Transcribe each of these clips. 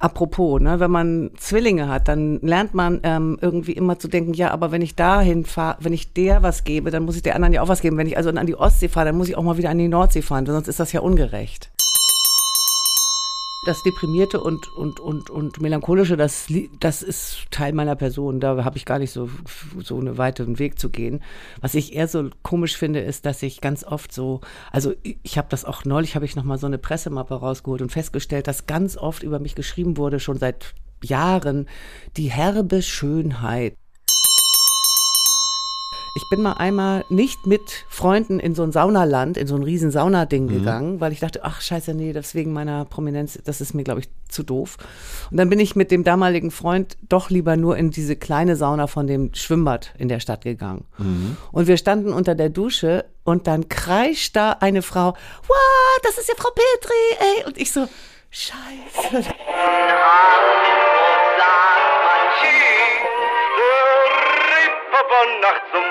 Apropos, ne, wenn man Zwillinge hat, dann lernt man irgendwie immer zu denken, ja, aber wenn ich dahin fahre, wenn ich der was gebe, dann muss ich der anderen ja auch was geben. Wenn ich also an die Ostsee fahre, dann muss ich auch mal wieder an die Nordsee fahren, sonst ist das ja ungerecht. Das Deprimierte und Melancholische, das ist Teil meiner Person. Da habe ich gar nicht so einen weiten Weg zu gehen. Was ich eher so komisch finde, ist, dass ich ganz oft so, also ich habe das auch neulich, habe ich nochmal so eine Pressemappe rausgeholt und festgestellt, dass ganz oft über mich geschrieben wurde, schon seit Jahren, die herbe Schönheit. Ich bin mal einmal nicht mit Freunden in so ein Saunaland, in so ein riesen Saunading gegangen, weil ich dachte, ach scheiße, nee, das wegen meiner Prominenz, das ist mir, glaube ich, zu doof. Und dann bin ich mit dem damaligen Freund doch lieber nur in diese kleine Sauna von dem Schwimmbad in der Stadt gegangen. Und wir standen unter der Dusche und dann kreischt da eine Frau, wow, das ist ja Frau Petri, ey. Und ich so, scheiße. Von Nacht zum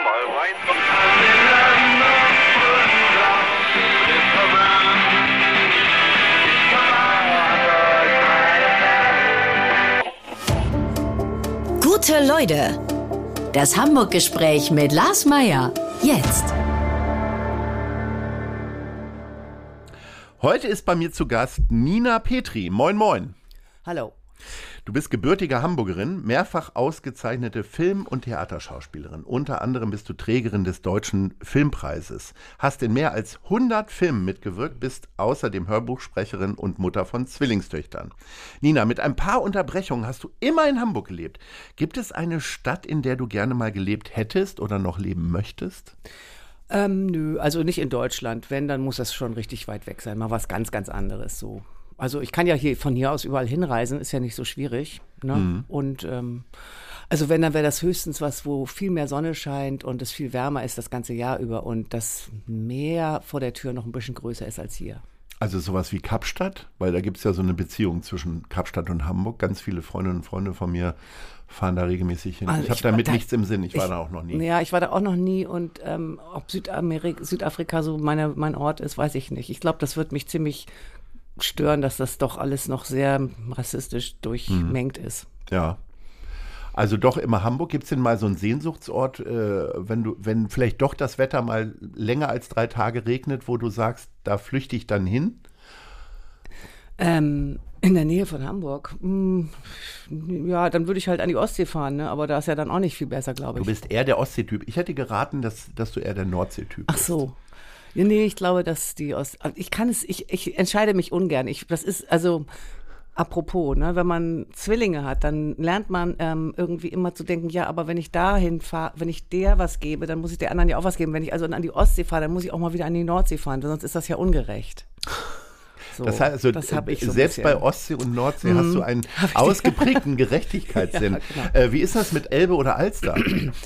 Gute Leute, das Hamburg-Gespräch mit Lars Meyer, jetzt. Heute ist bei mir zu Gast Nina Petri. Moin, moin. Hallo. Du bist gebürtige Hamburgerin, mehrfach ausgezeichnete Film- und Theaterschauspielerin. Unter anderem bist du Trägerin des Deutschen Filmpreises. Hast in mehr als 100 Filmen mitgewirkt, bist außerdem Hörbuchsprecherin und Mutter von Zwillingstöchtern. Nina, mit ein paar Unterbrechungen hast du immer in Hamburg gelebt. Gibt es eine Stadt, in der du gerne mal gelebt hättest oder noch leben möchtest? Nö, also nicht in Deutschland. Wenn, dann muss das schon richtig weit weg sein. Mal was ganz, ganz anderes so. Also ich kann ja von hier aus überall hinreisen, ist ja nicht so schwierig. Ne? Und also wenn, dann wäre das höchstens was, wo viel mehr Sonne scheint und es viel wärmer ist das ganze Jahr über und das Meer vor der Tür noch ein bisschen größer ist als hier. Also sowas wie Kapstadt, weil da gibt es ja so eine Beziehung zwischen Kapstadt und Hamburg. Ganz viele Freundinnen und Freunde von mir fahren da regelmäßig hin. Also ich habe damit nichts im Sinn, ich war da auch noch nie. Ja, ich war da auch noch nie und ob Südafrika so mein Ort ist, weiß ich nicht. Ich glaube, das wird mich ziemlich stören, dass das doch alles noch sehr rassistisch durchmengt ist. Ja. Also doch immer Hamburg. Gibt es denn mal so einen Sehnsuchtsort, wenn vielleicht doch das Wetter mal länger als 3 Tage regnet, wo du sagst, da flüchte ich dann hin? In der Nähe von Hamburg? Ja, dann würde ich halt an die Ostsee fahren, ne? Aber da ist ja dann auch nicht viel besser, glaube ich. Du bist eher der Ostsee-Typ. Ich hätte geraten, dass du eher der Nordsee-Typ bist. Ach so. Ja, nee, ich glaube, dass ich entscheide mich ungern. Das ist, also, apropos, ne, wenn man Zwillinge hat, dann lernt man irgendwie immer zu denken, ja, aber wenn ich dahin fahre, wenn ich der was gebe, dann muss ich der anderen ja auch was geben. Wenn ich also an die Ostsee fahre, dann muss ich auch mal wieder an die Nordsee fahren, sonst ist das ja ungerecht. So, das heißt, also, das hab ich so selbst bei Ostsee und Nordsee hast du einen ausgeprägten Gerechtigkeitssinn. Ja, genau. Wie ist das mit Elbe oder Alster?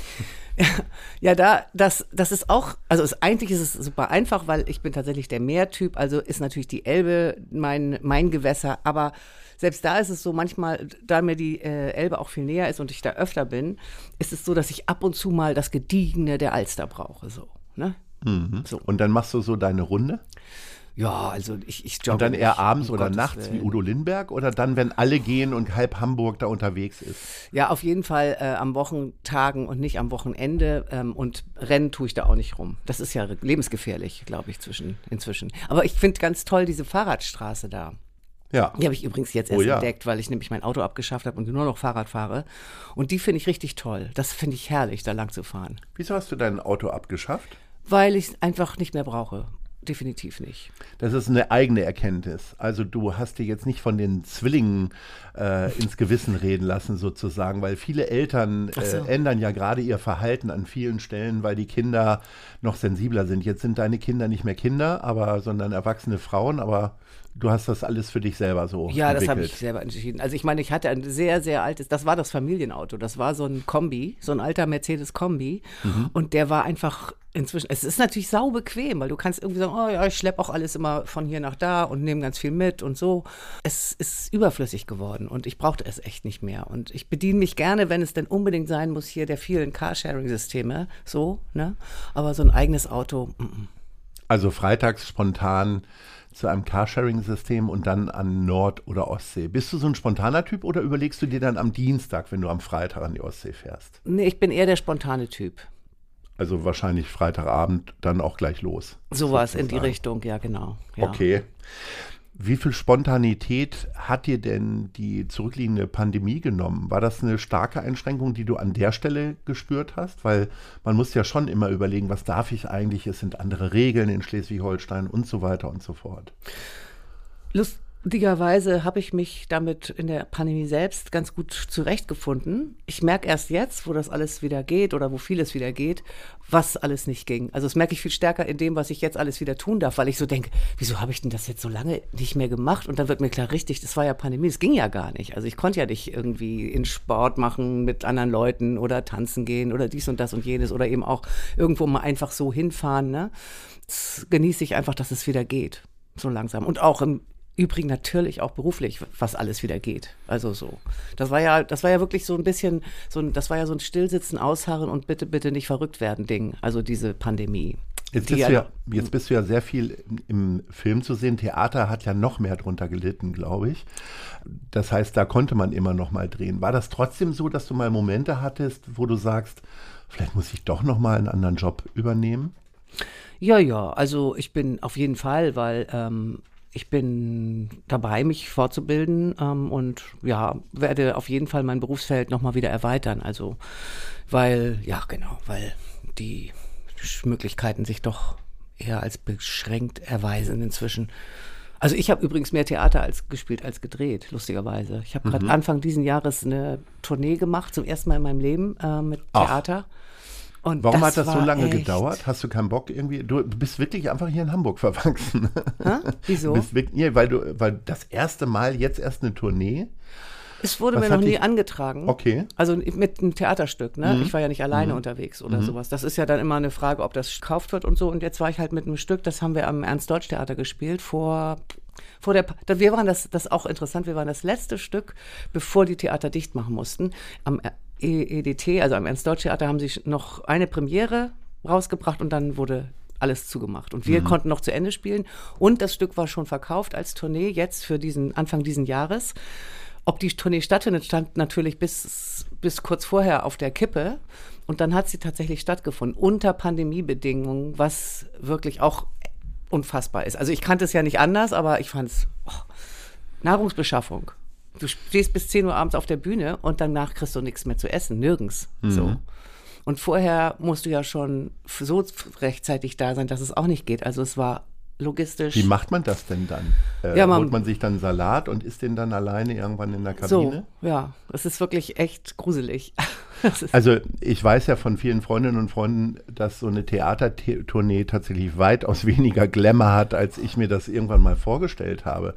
Ja, das ist auch, also eigentlich ist es super einfach, weil ich bin tatsächlich der Meertyp, also ist natürlich die Elbe mein Gewässer, aber selbst da ist es so manchmal, da mir die Elbe auch viel näher ist und ich da öfter bin, ist es so, dass ich ab und zu mal das Gediegene der Alster brauche, so, ne? So. Und dann machst du so deine Runde? Ja, also ich jogge. Und dann eher nicht, abends um oder Gottes nachts Willen. wie Udo Lindenberg oder dann, wenn alle gehen und halb Hamburg da unterwegs ist? Ja, auf jeden Fall am Wochentagen und nicht am Wochenende und rennen tue ich da auch nicht rum. Das ist ja lebensgefährlich, glaube ich, inzwischen. Aber ich finde ganz toll diese Fahrradstraße da. Ja. Die habe ich übrigens jetzt erst entdeckt, weil ich nämlich mein Auto abgeschafft habe und nur noch Fahrrad fahre. Und die finde ich richtig toll. Das finde ich herrlich, da lang zu fahren. Wieso hast du dein Auto abgeschafft? Weil ich es einfach nicht mehr brauche. Definitiv nicht. Das ist eine eigene Erkenntnis. Also du hast dir jetzt nicht von den Zwillingen ins Gewissen reden lassen sozusagen, weil viele Eltern ändern ja gerade ihr Verhalten an vielen Stellen, weil die Kinder noch sensibler sind. Jetzt sind deine Kinder nicht mehr Kinder, sondern erwachsene Frauen, aber du hast das alles für dich selber so Ja, entwickelt. das habe ich selber entschieden. Also ich meine, ich hatte ein sehr, sehr altes, das war das Familienauto, das war so ein Kombi, so ein alter Mercedes-Kombi und der war einfach inzwischen, es ist natürlich sau bequem, weil du kannst irgendwie sagen, oh ja, ich schleppe auch alles immer von hier nach da und nehme ganz viel mit und so. Es ist überflüssig geworden und ich brauchte es echt nicht mehr und ich bediene mich gerne, wenn es denn unbedingt sein muss, hier der vielen Carsharing-Systeme, so, ne, aber so ein eigenes Auto, Also freitags spontan zu einem Carsharing-System und dann an Nord- oder Ostsee. Bist du so ein spontaner Typ oder überlegst du dir dann am Dienstag, wenn du am Freitag an die Ostsee fährst? Nee, ich bin eher der spontane Typ. Also wahrscheinlich Freitagabend dann auch gleich los. Sowas in die sozusagen. Richtung, ja genau. Ja. Okay. Wie viel Spontanität hat dir denn die zurückliegende Pandemie genommen? War das eine starke Einschränkung, die du an der Stelle gespürt hast? Weil man muss ja schon immer überlegen, was darf ich eigentlich? Es sind andere Regeln in Schleswig-Holstein und so weiter und so fort. Lustigerweise habe ich mich damit in der Pandemie selbst ganz gut zurechtgefunden. Ich merke erst jetzt, wo das alles wieder geht oder wo vieles wieder geht, was alles nicht ging. Also das merke ich viel stärker in dem, was ich jetzt alles wieder tun darf, weil ich so denke, wieso habe ich denn das jetzt so lange nicht mehr gemacht? Und dann wird mir klar, richtig, das war ja Pandemie, es ging ja gar nicht. Also ich konnte ja nicht irgendwie in Sport machen mit anderen Leuten oder tanzen gehen oder dies und das und jenes oder eben auch irgendwo mal einfach so hinfahren. Ne? Das genieße ich einfach, dass es wieder geht, so langsam. Und auch im Übrigen natürlich auch beruflich, was alles wieder geht. Also so. Das war ja wirklich so ein bisschen, das war ja so ein Stillsitzen, Ausharren und bitte nicht verrückt werden Ding. Also diese Pandemie. Jetzt bist du ja sehr viel im Film zu sehen. Theater hat ja noch mehr drunter gelitten, glaube ich. Das heißt, da konnte man immer noch mal drehen. War das trotzdem so, dass du mal Momente hattest, wo du sagst, vielleicht muss ich doch noch mal einen anderen Job übernehmen? Ja, also ich bin auf jeden Fall, weil ich bin dabei, mich fortzubilden und ja, werde auf jeden Fall mein Berufsfeld nochmal wieder erweitern. Also, weil die Möglichkeiten sich doch eher als beschränkt erweisen inzwischen. Also ich habe übrigens mehr Theater gespielt als gedreht, lustigerweise. Ich habe gerade Anfang diesen Jahres eine Tournee gemacht, zum ersten Mal in meinem Leben mit Theater. Und warum hat das so lange gedauert? Hast du keinen Bock irgendwie? Du bist wirklich einfach hier in Hamburg verwachsen. Wieso? Weil das erste Mal jetzt erst eine Tournee. Es wurde mir noch nie angetragen. Okay. Also mit einem Theaterstück, ne? Ich war ja nicht alleine unterwegs oder sowas. Das ist ja dann immer eine Frage, ob das gekauft wird und so. Und jetzt war ich halt mit einem Stück, das haben wir am Ernst-Deutsch-Theater gespielt, wir waren das auch interessant, wir waren das letzte Stück, bevor die Theater dicht machen mussten. Am EDT, also am Ernst-Deutsch-Theater, haben sie noch eine Premiere rausgebracht und dann wurde alles zugemacht. Und wir konnten noch zu Ende spielen. Und das Stück war schon verkauft als Tournee jetzt für Anfang diesen Jahres. Ob die Tournee stattfindet, stand natürlich bis kurz vorher auf der Kippe. Und dann hat sie tatsächlich stattgefunden, unter Pandemiebedingungen, was wirklich auch unfassbar ist. Also ich kannte es ja nicht anders, aber ich fand es Nahrungsbeschaffung. Du stehst bis 10 Uhr abends auf der Bühne und danach kriegst du nichts mehr zu essen, nirgends. So. Und vorher musst du ja schon so rechtzeitig da sein, dass es auch nicht geht. Also es war logistisch. Wie macht man das denn dann? Holt man sich dann Salat und isst den dann alleine irgendwann in der Kabine? So, ja, es ist wirklich echt gruselig. Also ich weiß ja von vielen Freundinnen und Freunden, dass so eine Theatertournee tatsächlich weitaus weniger Glamour hat, als ich mir das irgendwann mal vorgestellt habe.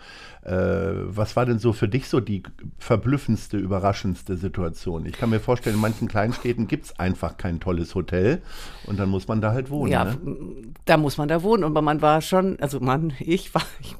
Was war denn so für dich so die verblüffendste, überraschendste Situation? Ich kann mir vorstellen, in manchen Kleinstädten gibt es einfach kein tolles Hotel und dann muss man da halt wohnen. Ja, ne? Da muss man da wohnen und man war schon, ich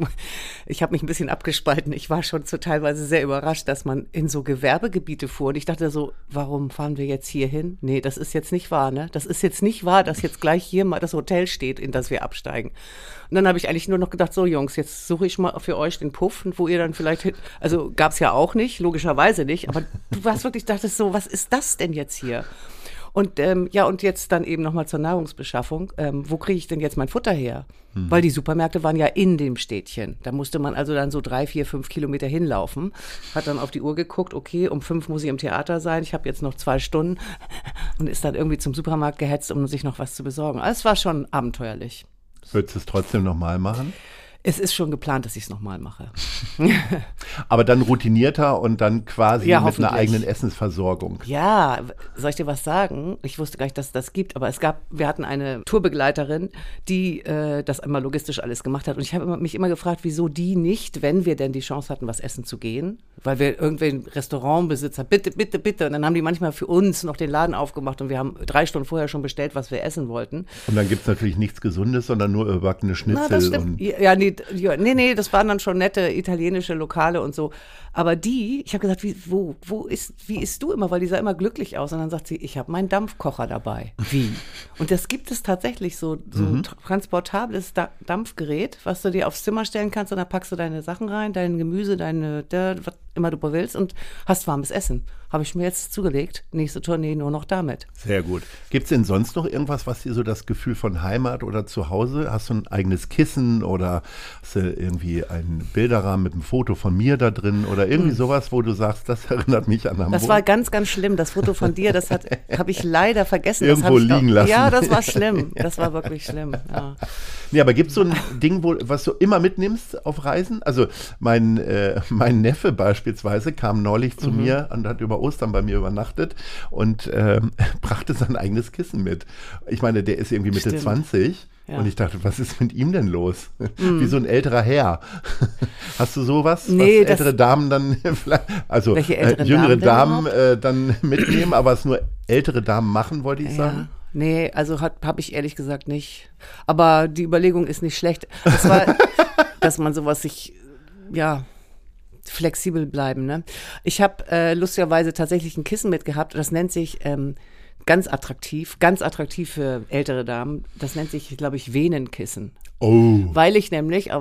habe mich ein bisschen abgespalten. Ich war schon teilweise sehr überrascht, dass man in so Gewerbegebiete fuhr und ich dachte so, warum fahren wir jetzt hier hin? Nee, das ist jetzt nicht wahr, ne? Das ist jetzt nicht wahr, dass jetzt gleich hier mal das Hotel steht, in das wir absteigen. Und dann habe ich eigentlich nur noch gedacht, so Jungs, jetzt suche ich mal für euch den Puff, wo ihr dann vielleicht hin, also gab es ja auch nicht, logischerweise nicht, aber du warst wirklich, dachtest so, was ist das denn jetzt hier? Und und jetzt dann eben nochmal zur Nahrungsbeschaffung. Wo kriege ich denn jetzt mein Futter her? Weil die Supermärkte waren ja in dem Städtchen. Da musste man also dann so 3, 4, 5 Kilometer hinlaufen. Hat dann auf die Uhr geguckt, okay, um 5 muss ich im Theater sein. Ich habe jetzt noch 2 Stunden und ist dann irgendwie zum Supermarkt gehetzt, um sich noch was zu besorgen. Also es war schon abenteuerlich. Würdest du es trotzdem nochmal machen? Es ist schon geplant, dass ich es nochmal mache. Aber dann routinierter und dann quasi mit einer eigenen Essensversorgung. Ja, soll ich dir was sagen? Ich wusste gar nicht, dass es das gibt, aber wir hatten eine Tourbegleiterin, die das einmal logistisch alles gemacht hat. Und ich habe mich immer gefragt, wieso die nicht, wenn wir denn die Chance hatten, was essen zu gehen, weil wir irgendwelchen Restaurantbesitzer, bitte. Und dann haben die manchmal für uns noch den Laden aufgemacht und wir haben 3 Stunden vorher schon bestellt, was wir essen wollten. Und dann gibt es natürlich nichts Gesundes, sondern nur überbackene Schnitzel. Das stimmt. Ja, nee, nee, das waren dann schon nette italienische Lokale und so. Aber ich habe gesagt, wie isst du immer? Weil die sah immer glücklich aus. Und dann sagt sie, ich habe meinen Dampfkocher dabei. Wie? Und das gibt es tatsächlich, so transportables Dampfgerät, was du dir aufs Zimmer stellen kannst und dann packst du deine Sachen rein, dein Gemüse, was immer du willst und hast warmes Essen. Habe ich mir jetzt zugelegt. Nächste Tournee nur noch damit. Sehr gut. Gibt es denn sonst noch irgendwas, was dir so das Gefühl von Heimat oder Zuhause? Hast du ein eigenes Kissen oder hast du irgendwie einen Bilderrahmen mit einem Foto von mir da drin oder irgendwie sowas, wo du sagst, das erinnert mich an Hamburg? Das war ganz, ganz schlimm. Das Foto von dir, das habe ich leider vergessen. Irgendwo liegen lassen. Ja, das war schlimm. Das war wirklich schlimm. Ja. Nee, aber gibt es so ein Ding, was du immer mitnimmst auf Reisen? Also mein Neffe beispielsweise kam neulich zu mir und hat über Ostern bei mir übernachtet und brachte sein eigenes Kissen mit. Ich meine, der ist irgendwie Mitte 20 und ich dachte, was ist mit ihm denn los? Wie so ein älterer Herr. Hast du sowas, nee, was ältere Damen dann, also jüngere Damen dann mitnehmen, aber es nur ältere Damen machen, wollte ich sagen? Nee, also hab ich ehrlich gesagt nicht. Aber die Überlegung ist nicht schlecht. Das war, dass man sowas flexibel bleiben. Ne? Ich habe lustigerweise tatsächlich ein Kissen mitgehabt. Das nennt sich ganz attraktiv für ältere Damen. Das nennt sich, glaube ich, Venenkissen. Oh. Weil ich nämlich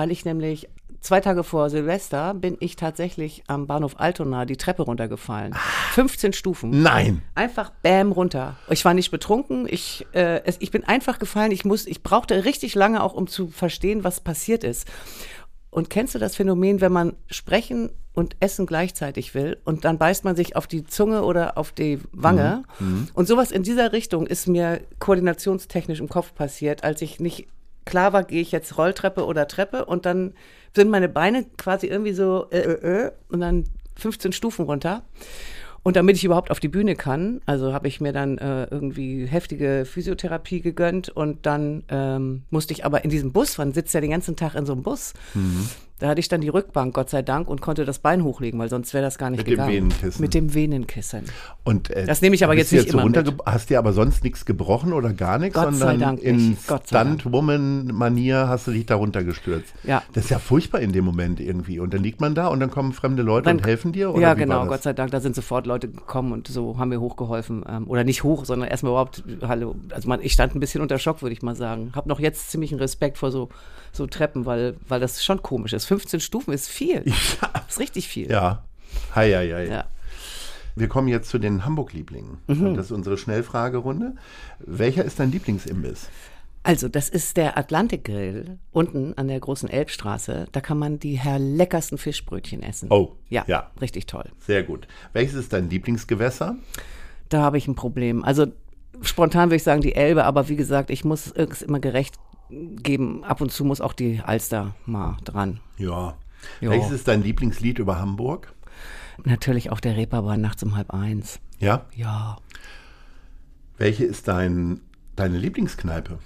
2 Tage vor Silvester bin ich tatsächlich am Bahnhof Altona die Treppe runtergefallen. 15 Stufen. Nein. Einfach bäm runter. Ich war nicht betrunken. Ich bin einfach gefallen. Ich brauchte richtig lange auch, um zu verstehen, was passiert ist. Und kennst du das Phänomen, wenn man sprechen und essen gleichzeitig will und dann beißt man sich auf die Zunge oder auf die Wange? Und sowas in dieser Richtung ist mir koordinationstechnisch im Kopf passiert, als ich nicht klar war, gehe ich jetzt Rolltreppe oder Treppe und dann sind meine Beine quasi irgendwie so und dann 15 Stufen runter. Und damit ich überhaupt auf die Bühne kann, also habe ich mir dann irgendwie heftige Physiotherapie gegönnt und dann musste ich aber in diesem Bus, man sitzt ja den ganzen Tag in so einem Bus, da hatte ich dann die Rückbank, Gott sei Dank, und konnte das Bein hochlegen, weil sonst wäre das gar nicht gegangen. Mit dem Venenkissen. Und, das nehme ich aber jetzt nicht immer mit. Hast dir aber sonst nichts gebrochen oder gar nichts? Gott sei Dank in Stunt-Woman-Manier hast du dich da runtergestürzt. Ja. Das ist ja furchtbar in dem Moment irgendwie. Und dann liegt man da und dann kommen fremde Leute und helfen dir? Oder ja, genau, Gott sei Dank. Da sind sofort Leute gekommen und so haben mir hochgeholfen. Oder nicht hoch, sondern erstmal überhaupt, hallo. Also ich stand ein bisschen unter Schock, würde ich mal sagen. Hab noch jetzt ziemlichen Respekt vor so Treppen, weil das schon komisch ist. 15 Stufen ist viel. Ja. Ist richtig viel. Ja. Hei. Ja. Wir kommen jetzt zu den Hamburg-Lieblingen. Und das ist unsere Schnellfragerunde. Welcher ist dein Lieblingsimbiss? Also, das ist der Atlantik-Grill unten an der großen Elbstraße. Da kann man die leckersten Fischbrötchen essen. Oh, ja. Richtig toll. Sehr gut. Welches ist dein Lieblingsgewässer? Da habe ich ein Problem. Also, spontan würde ich sagen die Elbe, aber wie gesagt, ich muss es immer gerecht geben. Ab und zu muss auch die Alster mal dran. Ja. Welches ist dein Lieblingslied über Hamburg? Natürlich auch der Reeperbahn nachts um 12:30. Ja? Ja. Welche ist deine Lieblingskneipe?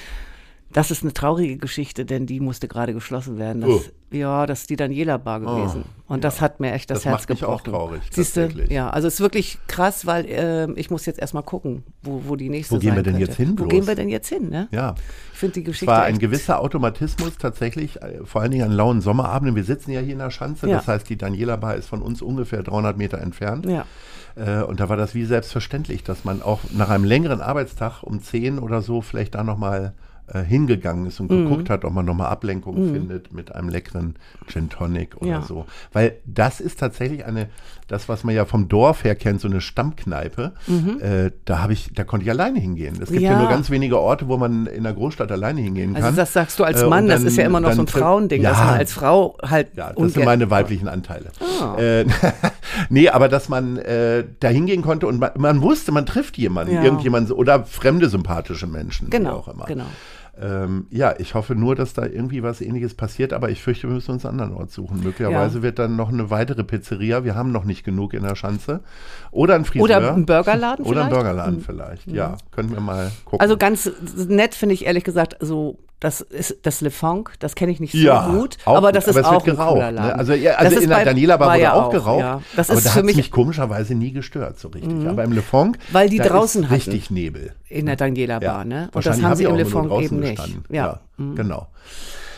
Das ist eine traurige Geschichte, denn die musste gerade geschlossen werden. Das ist die Daniela Bar gewesen. Und das hat mir echt das Herz gebrochen. Das macht mich auch traurig, Siehste? Ja, also es ist wirklich krass, weil ich muss jetzt erstmal gucken, wo die nächste sein könnte. Wo gehen wir denn jetzt hin? Wo gehen wir denn jetzt hin, ne? Ja. Ich finde die Geschichte Es war ein gewisser Automatismus tatsächlich, vor allen Dingen an lauen Sommerabenden. Wir sitzen ja hier in der Schanze, das heißt, die Daniela Bar ist von uns ungefähr 300 Meter entfernt. Ja. Und da war das wie selbstverständlich, dass man auch nach einem längeren Arbeitstag um 10 oder so vielleicht da nochmal hingegangen ist und geguckt hat, ob man nochmal Ablenkung findet mit einem leckeren Gin Tonic oder so. Weil das ist tatsächlich das, was man ja vom Dorf her kennt, so eine Stammkneipe. Da konnte ich alleine hingehen. Es gibt ja nur ganz wenige Orte, wo man in der Großstadt alleine hingehen kann. Also das sagst du als Mann, das ist ja immer noch so ein Frauending, dass man als Frau halt... Ja, das sind meine weiblichen Anteile. Nee, aber dass man da hingehen konnte und man wusste, man trifft jemanden, irgendjemanden oder fremde sympathische Menschen, wie auch immer. Genau. Ich hoffe nur, dass da irgendwie was Ähnliches passiert, aber ich fürchte, wir müssen uns einen anderen Ort suchen. Möglicherweise wird dann noch eine weitere Pizzeria, wir haben noch nicht genug in der Schanze. Oder ein Friseur. Oder ein Burgerladen vielleicht. Oder ein Burgerladen vielleicht, ja. Können wir mal gucken. Also ganz nett finde ich ehrlich gesagt so, das ist das Le Funk, das kenne ich nicht so gut, aber das ist auch ein cooler Laden. Ne? Also in der Daniela Bar wurde auch geraucht, das aber ist da für hat mich mich komischerweise nie gestört so richtig. Aber im Le Funk, weil die draußen ist richtig Nebel. In der Daniela Bar, ne? Und Wahrscheinlich das haben sie im Le nur Funk draußen eben nicht. gestanden. Ja, genau.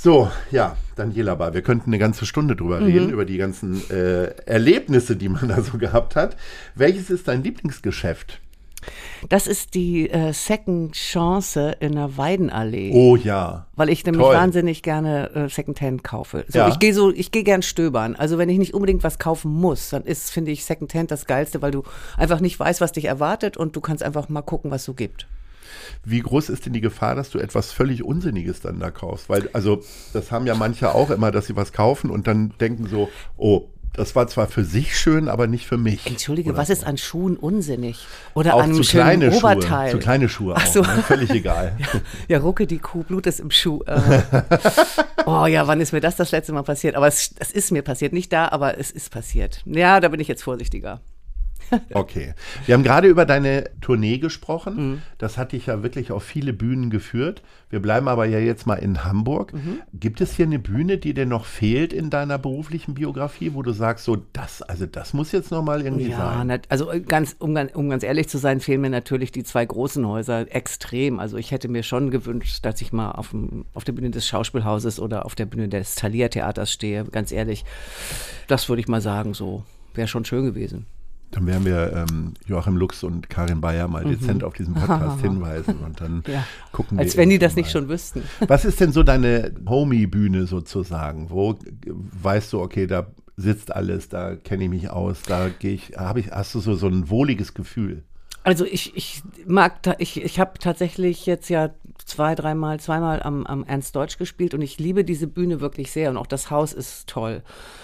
So, ja, Daniela Bar, wir könnten eine ganze Stunde drüber reden, über die ganzen Erlebnisse, die man da so gehabt hat. Welches ist dein Lieblingsgeschäft? Das ist die Second Chance in der Weidenallee. Oh ja. Weil ich nämlich wahnsinnig gerne Secondhand kaufe. So, Ja. ich gehe gern stöbern. Also wenn ich nicht unbedingt was kaufen muss, dann ist, finde ich, Secondhand das Geilste, weil du einfach nicht weißt, was dich erwartet und du kannst einfach mal gucken, was es so gibt. Wie groß ist denn die Gefahr, dass du etwas völlig Unsinniges dann da kaufst? Weil, also, das haben ja manche auch immer, dass sie was kaufen und dann denken so, oh, das war zwar für sich schön, aber nicht für mich. Entschuldige, Oder was so. ist an Schuhen unsinnig? Oder Auch an einem zu schönen kleine Oberteil? Schuhe. Zu kleine Schuhe Ach auch, so. ne? Völlig egal. Ja, rucke die Kuh, Blut ist im Schuh. Oh ja, wann ist mir das letzte Mal passiert? Aber es ist mir passiert. Nicht da, aber es ist passiert. Ja, da bin ich jetzt vorsichtiger. Okay. Wir haben gerade über deine Tournee gesprochen. Das hat dich ja wirklich auf viele Bühnen geführt. Wir bleiben aber ja jetzt mal in Hamburg. Gibt es hier eine Bühne, die dir noch fehlt in deiner beruflichen Biografie, wo du sagst, so das muss jetzt noch mal irgendwie sein? Ja, also um ganz ehrlich zu sein, fehlen mir natürlich die 2 großen Häuser extrem. Also ich hätte mir schon gewünscht, dass ich mal auf der Bühne des Schauspielhauses oder auf der Bühne des Thalia Theaters stehe. Ganz ehrlich, das würde ich mal sagen, so wäre schon schön gewesen. Dann werden wir Joachim Lux und Karin Bayer mal dezent auf diesen Podcast hinweisen und dann gucken wir. Als wenn die das mal. nicht schon wüssten. Was ist denn so deine Homie-Bühne sozusagen? Wo weißt du, okay, da sitzt alles, da kenne ich mich aus, da hast du so ein wohliges Gefühl? Also ich habe tatsächlich jetzt ja zweimal am Ernst Deutsch gespielt und ich liebe diese Bühne wirklich sehr und auch das Haus ist toll.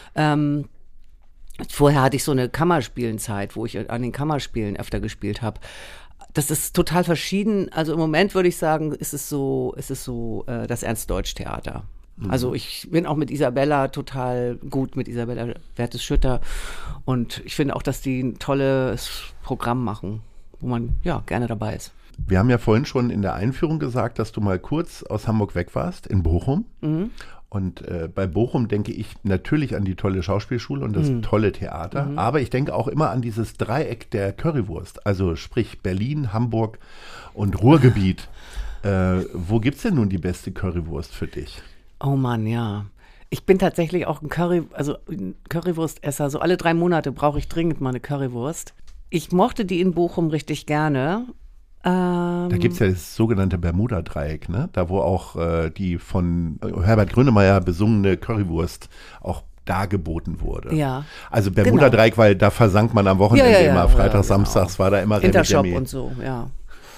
Vorher hatte ich so eine Kammerspielenzeit, wo ich an den Kammerspielen öfter gespielt habe. Das ist total verschieden. Also im Moment würde ich sagen, ist es so das Ernst-Deutsch-Theater. Also ich bin auch mit Isabella total gut, mit Isabella Wertes-Schütter. Und ich finde auch, dass die ein tolles Programm machen, wo man ja gerne dabei ist. Wir haben ja vorhin schon in der Einführung gesagt, dass du mal kurz aus Hamburg weg warst, in Bochum. Und bei Bochum denke ich natürlich an die tolle Schauspielschule und das tolle Theater. Aber ich denke auch immer an dieses Dreieck der Currywurst. Also sprich Berlin, Hamburg und Ruhrgebiet. Wo gibt es denn nun die beste Currywurst für dich? Oh Mann, ja. Ich bin tatsächlich auch ein Currywurstesser. So alle 3 Monate brauche ich dringend mal eine Currywurst. Ich mochte die in Bochum richtig gerne. Da gibt es ja das sogenannte Bermuda-Dreieck, ne? Da wo auch die von Herbert Grönemeyer besungene Currywurst auch dargeboten wurde. Ja. Also Bermuda-Dreieck, weil da versank man am Wochenende immer. Freitags, Samstags war da immer Intershop und so, ja.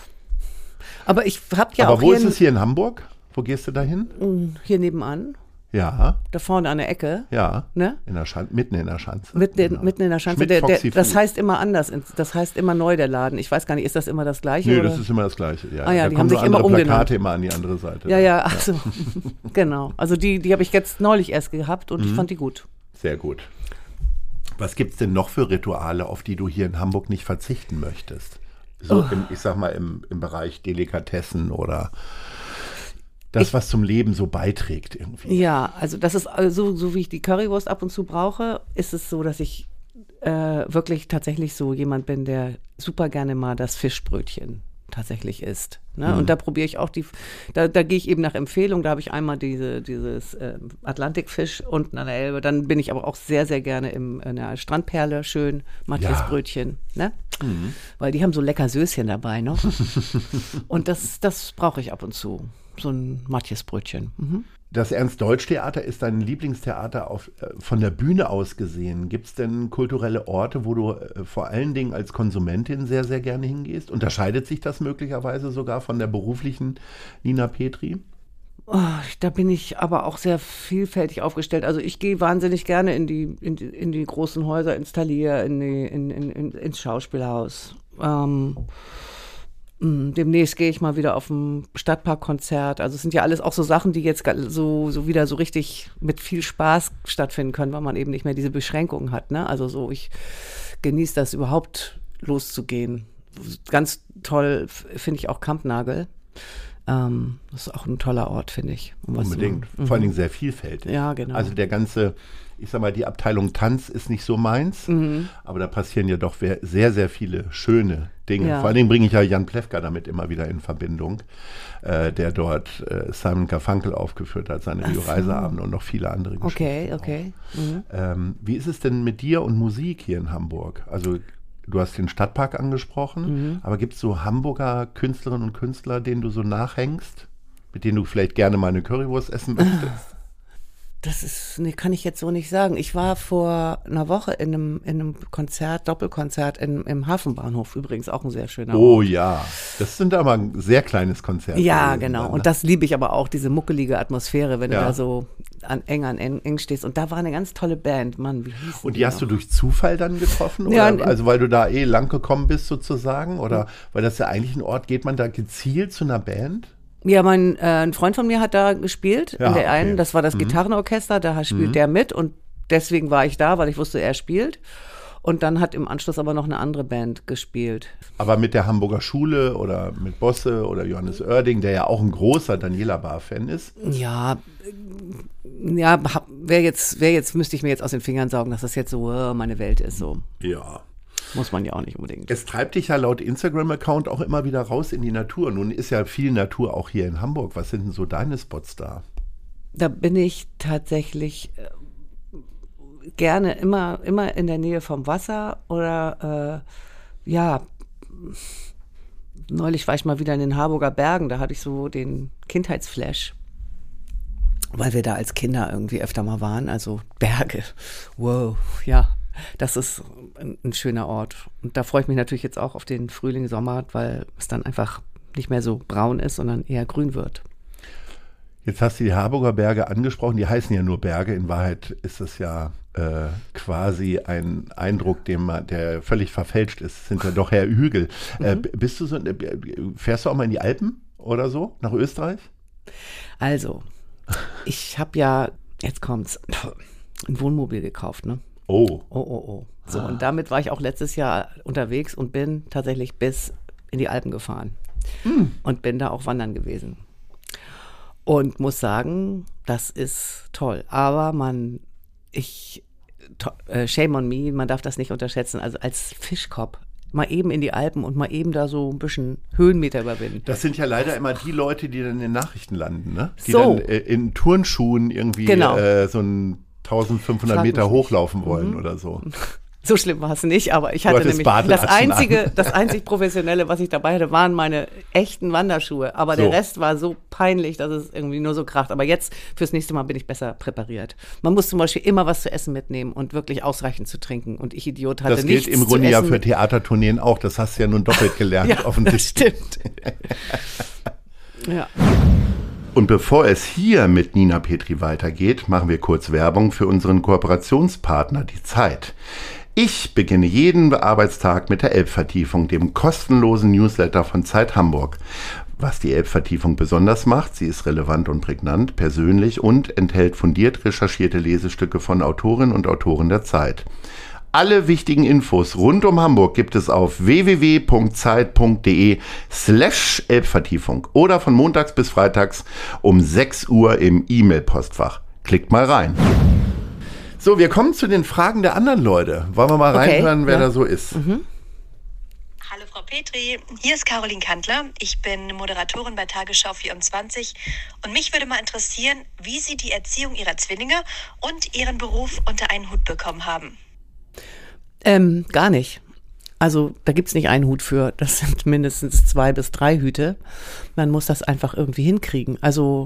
Aber ich habe ja Aber auch wo ist es hier in Hamburg? Wo gehst du da hin? Hier nebenan. Ja. Da vorne an der Ecke. Ja. Ne? Mitten in der Schanze. Mitten in der Schanze. Das heißt immer anders. Das heißt immer neu, der Laden. Ich weiß gar nicht, ist das immer das Gleiche? Nö, oder? das ist immer das Gleiche. Ja. Ah ja, da die kommen haben sich immer umgenannt. Plakate immer an die andere Seite. Ja, also genau. Also die habe ich jetzt neulich erst gehabt und ich fand die gut. Sehr gut. Was gibt es denn noch für Rituale, auf die du hier in Hamburg nicht verzichten möchtest? So ich sag mal im Bereich Delikatessen oder was zum Leben so beiträgt irgendwie. Ja, also das ist so wie ich die Currywurst ab und zu brauche, ist es so, dass ich wirklich tatsächlich so jemand bin, der super gerne mal das Fischbrötchen tatsächlich isst. Ne? Und da probiere ich auch da gehe ich eben nach Empfehlung, da habe ich einmal dieses Atlantikfisch unten an der Elbe, dann bin ich aber auch sehr, sehr gerne in der Strandperle, schön Matthias-Brötchen, ne? Weil die haben so lecker Söschen dabei noch. Und das brauche ich ab und zu, so ein Matthias-Brötchen. Das Ernst-Deutsch-Theater ist dein Lieblingstheater von der Bühne aus gesehen. Gibt es denn kulturelle Orte, wo du vor allen Dingen als Konsumentin sehr, sehr gerne hingehst? Unterscheidet sich das möglicherweise sogar von der beruflichen Nina Petri? Oh, da bin ich aber auch sehr vielfältig aufgestellt. Also ich gehe wahnsinnig gerne in die großen Häuser, ins Thalia, ins Schauspielhaus. Demnächst gehe ich mal wieder auf ein Stadtparkkonzert. Also es sind ja alles auch so Sachen, die jetzt so wieder so richtig mit viel Spaß stattfinden können, weil man eben nicht mehr diese Beschränkungen hat. Ne? Also ich genieße das überhaupt loszugehen. Ganz toll finde ich auch Kampnagel. Das ist auch ein toller Ort, finde ich. Unbedingt. Vor allen Dingen sehr vielfältig. Ja, genau. Also der ganze, ich sag mal, die Abteilung Tanz ist nicht so meins, aber da passieren ja doch sehr, sehr viele schöne Dinge. Ja. Vor allen Dingen bringe ich ja Jan Plewka damit immer wieder in Verbindung, der dort Simon Garfunkel aufgeführt hat, seine Rio-Reiseabende und noch viele andere Geschichten. Okay. Wie ist es denn mit dir und Musik hier in Hamburg? Also du hast den Stadtpark angesprochen, aber gibt es so Hamburger Künstlerinnen und Künstler, denen du so nachhängst, mit denen du vielleicht gerne mal eine Currywurst essen möchtest? Kann ich jetzt so nicht sagen. Ich war vor einer Woche in einem Konzert, Doppelkonzert im Hafenbahnhof, übrigens auch ein sehr schöner Ort. Oh ja, das sind aber ein sehr kleines Konzert. Ja, genau. Dann, ne? Und das liebe ich aber auch, diese muckelige Atmosphäre, wenn du Ja. da so eng stehst. Und da war eine ganz tolle Band. Mann, wie hieß Und die hast du durch Zufall dann getroffen? Ja, Oder? Also weil du da lang gekommen bist sozusagen? Oder weil das ja eigentlich ein Ort, geht man da gezielt zu einer Band? Ja, ein Freund von mir hat da gespielt, Ja, in der okay. einen, das war das Gitarrenorchester, da spielt der mit und deswegen war ich da, weil ich wusste, er spielt. Und dann hat im Anschluss aber noch eine andere Band gespielt. Aber mit der Hamburger Schule oder mit Bosse oder Johannes Oerding, der ja auch ein großer Daniela Bar-Fan ist. Ja, müsste ich mir jetzt aus den Fingern saugen, dass das jetzt so meine Welt ist, so. Ja. Muss man ja auch nicht unbedingt. Es treibt dich ja laut Instagram-Account auch immer wieder raus in die Natur. Nun ist ja viel Natur auch hier in Hamburg. Was sind denn so deine Spots da? Da bin ich tatsächlich gerne immer in der Nähe vom Wasser oder neulich war ich mal wieder in den Harburger Bergen, da hatte ich so den Kindheitsflash, weil wir da als Kinder irgendwie öfter mal waren, also Berge, wow, ja, das ist ein schöner Ort und da freue ich mich natürlich jetzt auch auf den Frühling, Sommer, weil es dann einfach nicht mehr so braun ist, sondern eher grün wird. Jetzt hast du die Harburger Berge angesprochen, die heißen ja nur Berge. In Wahrheit ist das ja quasi ein Eindruck, der völlig verfälscht ist. Es sind ja doch eher Hügel. Fährst du auch mal in die Alpen oder so, nach Österreich? Also, ich habe ja, jetzt kommt's, ein Wohnmobil gekauft, ne? Oh. So, und damit war ich auch letztes Jahr unterwegs und bin tatsächlich bis in die Alpen gefahren. Und bin da auch wandern gewesen. Und muss sagen, das ist toll. Aber shame on me, man darf das nicht unterschätzen. Also als Fischkopf mal eben in die Alpen und mal eben da so ein bisschen Höhenmeter überwinden. Das sind ja leider immer die Leute, die dann in den Nachrichten landen, ne? Die So. dann in Turnschuhen irgendwie Genau. So ein 1500 Frag Meter mich nicht. hochlaufen wollen oder so. So schlimm war es nicht, aber ich hatte hattest nämlich Badelatschen das einzig Professionelle, was ich dabei hatte, waren meine echten Wanderschuhe. Aber So. der Rest war so peinlich, dass es irgendwie nur so kracht. Aber jetzt, fürs nächste Mal bin ich besser präpariert. Man muss zum Beispiel immer was zu essen mitnehmen und wirklich ausreichend zu trinken. Und ich, Idiot, hatte Das nichts gilt im Grunde zu ja essen für Theatertourneen auch. Das hast du ja nun doppelt gelernt, Ja, offensichtlich. stimmt. Ja. Und bevor es hier mit Nina Petri weitergeht, machen wir kurz Werbung für unseren Kooperationspartner, die Zeit. Ich beginne jeden Arbeitstag mit der Elbvertiefung, dem kostenlosen Newsletter von Zeit Hamburg. Was die Elbvertiefung besonders macht, sie ist relevant und prägnant, persönlich und enthält fundiert recherchierte Lesestücke von Autorinnen und Autoren der Zeit. Alle wichtigen Infos rund um Hamburg gibt es auf www.zeit.de/Elbvertiefung oder von montags bis freitags um 6 Uhr im E-Mail-Postfach. Klickt mal rein. So, wir kommen zu den Fragen der anderen Leute. Wollen wir mal reinhören, wer da so ist? Hallo Frau Petri, hier ist Caroline Kantler. Ich bin Moderatorin bei Tagesschau 24 und mich würde mal interessieren, wie Sie die Erziehung Ihrer Zwillinge und Ihren Beruf unter einen Hut bekommen haben. Gar nicht. Also da gibt's nicht einen Hut für. Das sind mindestens 2 bis 3 Hüte. Man muss das einfach irgendwie hinkriegen. Also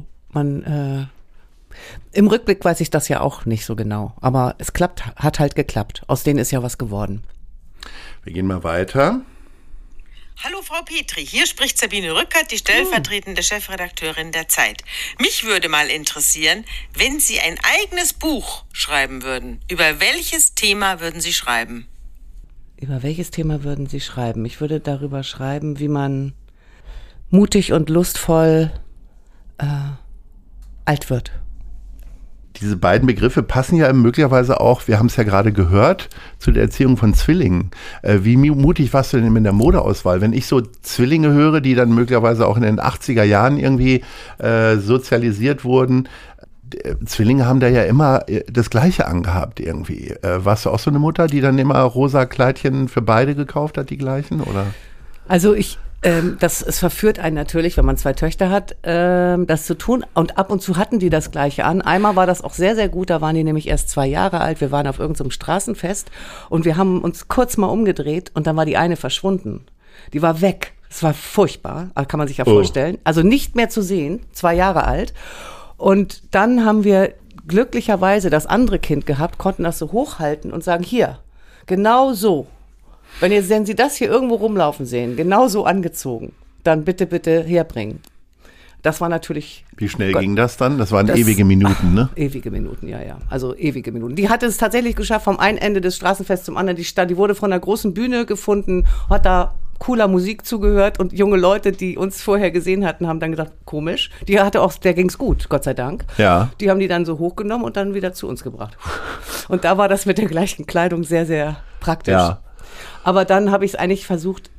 im Rückblick weiß ich das ja auch nicht so genau. Aber es hat halt geklappt. Aus denen ist ja was geworden. Wir gehen mal weiter. Hallo Frau Petri, hier spricht Sabine Rückert, die stellvertretende Chefredakteurin der Zeit. Mich würde mal interessieren, wenn Sie ein eigenes Buch schreiben würden, über welches Thema würden Sie schreiben? Über welches Thema würden Sie schreiben? Ich würde darüber schreiben, wie man mutig und lustvoll alt wird. Diese beiden Begriffe passen ja möglicherweise auch, wir haben es ja gerade gehört, zu der Erziehung von Zwillingen. Wie mutig warst du denn in der Modeauswahl? Wenn ich so Zwillinge höre, die dann möglicherweise auch in den 80er Jahren irgendwie sozialisiert wurden, Zwillinge haben da ja immer das Gleiche angehabt irgendwie. Warst du auch so eine Mutter, die dann immer rosa Kleidchen für beide gekauft hat, die gleichen, oder? Also es verführt einen natürlich, wenn man 2 Töchter hat, das zu tun. Und ab und zu hatten die das Gleiche an. Einmal war das auch sehr, sehr gut. Da waren die nämlich erst 2 Jahre alt. Wir waren auf irgendeinem Straßenfest und wir haben uns kurz mal umgedreht und dann war die eine verschwunden. Die war weg. Es war furchtbar, kann man sich ja vorstellen. Also nicht mehr zu sehen, 2 Jahre alt. Und dann haben wir glücklicherweise das andere Kind gehabt, konnten das so hochhalten und sagen, hier, genau so. Wenn Sie das hier irgendwo rumlaufen sehen, genau so angezogen, dann bitte herbringen. Das war natürlich... Wie schnell ging das dann? Das waren ewige Minuten, ne? Ewige Minuten, ja. Also ewige Minuten. Die hatte es tatsächlich geschafft, vom einen Ende des Straßenfests zum anderen. Die wurde von einer großen Bühne gefunden, hat da cooler Musik zugehört und junge Leute, die uns vorher gesehen hatten, haben dann gedacht, komisch. Der ging's gut, Gott sei Dank. Ja. Die haben die dann so hochgenommen und dann wieder zu uns gebracht. Und da war das mit der gleichen Kleidung sehr, sehr praktisch. Ja. Aber dann habe ich es eigentlich versucht,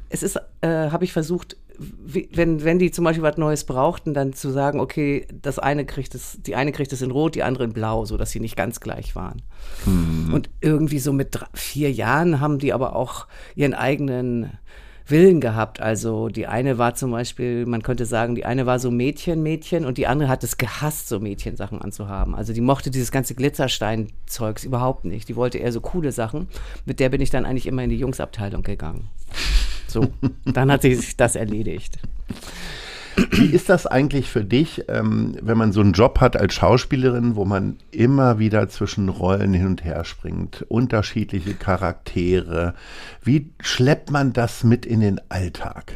wenn die zum Beispiel was Neues brauchten, dann zu sagen, okay, die eine kriegt es in Rot, die andere in Blau, so dass sie nicht ganz gleich waren. Mhm. Und irgendwie so mit 4 Jahren haben die aber auch ihren eigenen Willen gehabt. Also die eine war zum Beispiel, man könnte sagen, die eine war so Mädchen und die andere hat es gehasst, so Mädchensachen anzuhaben. Also die mochte dieses ganze Glitzerstein-Zeugs überhaupt nicht. Die wollte eher so coole Sachen. Mit der bin ich dann eigentlich immer in die Jungsabteilung gegangen. So, dann hat sich das erledigt. Wie ist das eigentlich für dich, wenn man so einen Job hat als Schauspielerin, wo man immer wieder zwischen Rollen hin und her springt, unterschiedliche Charaktere? Wie schleppt man das mit in den Alltag?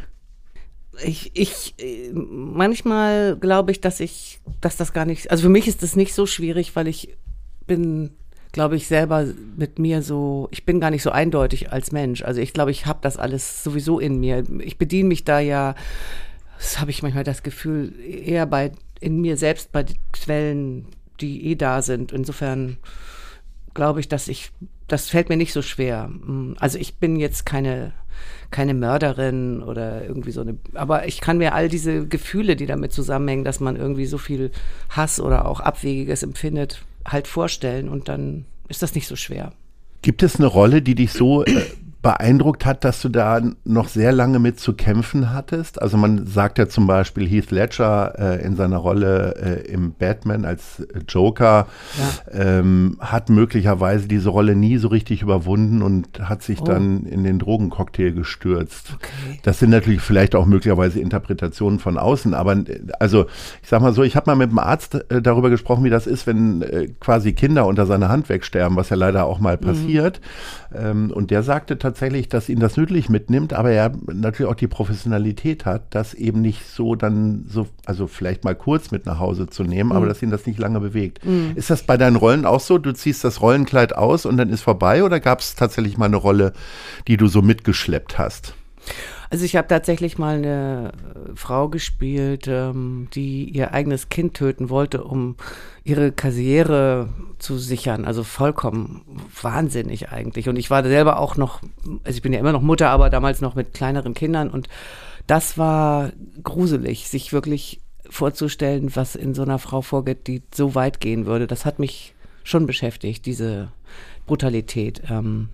Manchmal glaube ich, dass das gar nicht, also für mich ist das nicht so schwierig, weil ich bin, glaube ich, selber mit mir so, ich bin gar nicht so eindeutig als Mensch. Also ich glaube, ich habe das alles sowieso in mir. Ich bediene mich da ja, das habe ich manchmal das Gefühl, eher in mir selbst bei den Quellen, die da sind. Insofern glaube ich, das fällt mir nicht so schwer. Also ich bin jetzt keine Mörderin oder irgendwie so aber ich kann mir all diese Gefühle, die damit zusammenhängen, dass man irgendwie so viel Hass oder auch Abwegiges empfindet, halt vorstellen und dann ist das nicht so schwer. Gibt es eine Rolle, die dich so beeindruckt hat, dass du da noch sehr lange mit zu kämpfen hattest? Also man sagt ja zum Beispiel Heath Ledger in seiner Rolle im Batman als Joker hat möglicherweise diese Rolle nie so richtig überwunden und hat sich dann in den Drogencocktail gestürzt. Okay. Das sind natürlich vielleicht auch möglicherweise Interpretationen von außen, aber also ich sag mal so, ich habe mal mit einem Arzt darüber gesprochen, wie das ist, wenn quasi Kinder unter seiner Hand wegsterben, was ja leider auch mal passiert. Und der sagte tatsächlich, dass ihn das nötig mitnimmt, aber er natürlich auch die Professionalität hat, das eben nicht so dann so, also vielleicht mal kurz mit nach Hause zu nehmen, aber dass ihn das nicht lange bewegt. Ist das bei deinen Rollen auch so? Du ziehst das Rollenkleid aus und dann ist vorbei oder gab es tatsächlich mal eine Rolle, die du so mitgeschleppt hast? Also ich habe tatsächlich mal eine Frau gespielt, die ihr eigenes Kind töten wollte, um ihre Karriere zu sichern. Also vollkommen wahnsinnig eigentlich. Und ich war selber auch noch, also ich bin ja immer noch Mutter, aber damals noch mit kleineren Kindern. Und das war gruselig, sich wirklich vorzustellen, was in so einer Frau vorgeht, die so weit gehen würde. Das hat mich schon beschäftigt, diese Brutalität.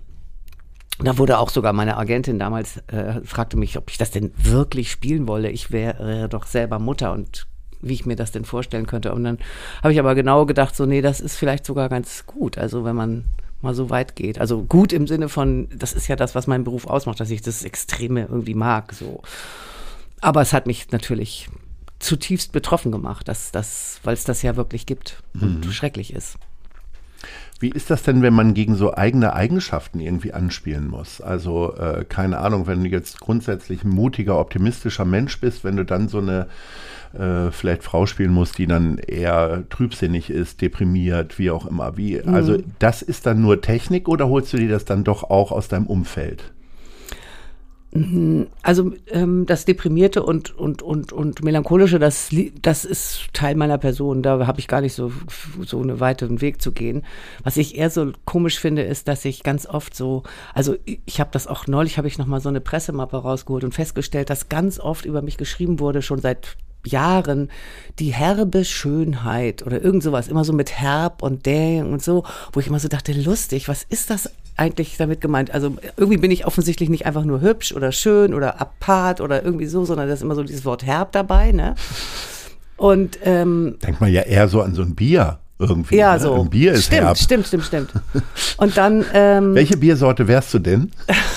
Da wurde auch sogar meine Agentin damals, fragte mich, ob ich das denn wirklich spielen wolle. Ich wäre doch selber Mutter und wie ich mir das denn vorstellen könnte. Und dann habe ich aber genau gedacht, so nee, das ist vielleicht sogar ganz gut. Also wenn man mal so weit geht. Also gut im Sinne von, das ist ja das, was meinen Beruf ausmacht, dass ich das Extreme irgendwie mag. So. Aber es hat mich natürlich zutiefst betroffen gemacht, weil es das ja wirklich gibt und schrecklich ist. Wie ist das denn, wenn man gegen so eigene Eigenschaften irgendwie anspielen muss? Also, keine Ahnung, wenn du jetzt grundsätzlich ein mutiger, optimistischer Mensch bist, wenn du dann so eine vielleicht Frau spielen musst, die dann eher trübsinnig ist, deprimiert, wie auch immer. Also, das ist dann nur Technik oder holst du dir das dann doch auch aus deinem Umfeld? Also das Deprimierte und Melancholische, das ist Teil meiner Person. Da habe ich gar nicht so einen weiten Weg zu gehen. Was ich eher so komisch finde, ist, dass ich ganz oft so, also ich habe das auch neulich, habe ich nochmal so eine Pressemappe rausgeholt und festgestellt, dass ganz oft über mich geschrieben wurde, schon seit Jahren, die herbe Schönheit oder irgend sowas, immer so mit herb und däng und so, wo ich immer so dachte, lustig, was ist das eigentlich damit gemeint? Also irgendwie bin ich offensichtlich nicht einfach nur hübsch oder schön oder apart oder irgendwie so, sondern da ist immer so dieses Wort herb dabei, ne? Und denkt man ja eher so an so ein Bier irgendwie. Ja, ne? so. Ein Bier ist herb. Stimmt. Und dann welche Biersorte wärst du denn?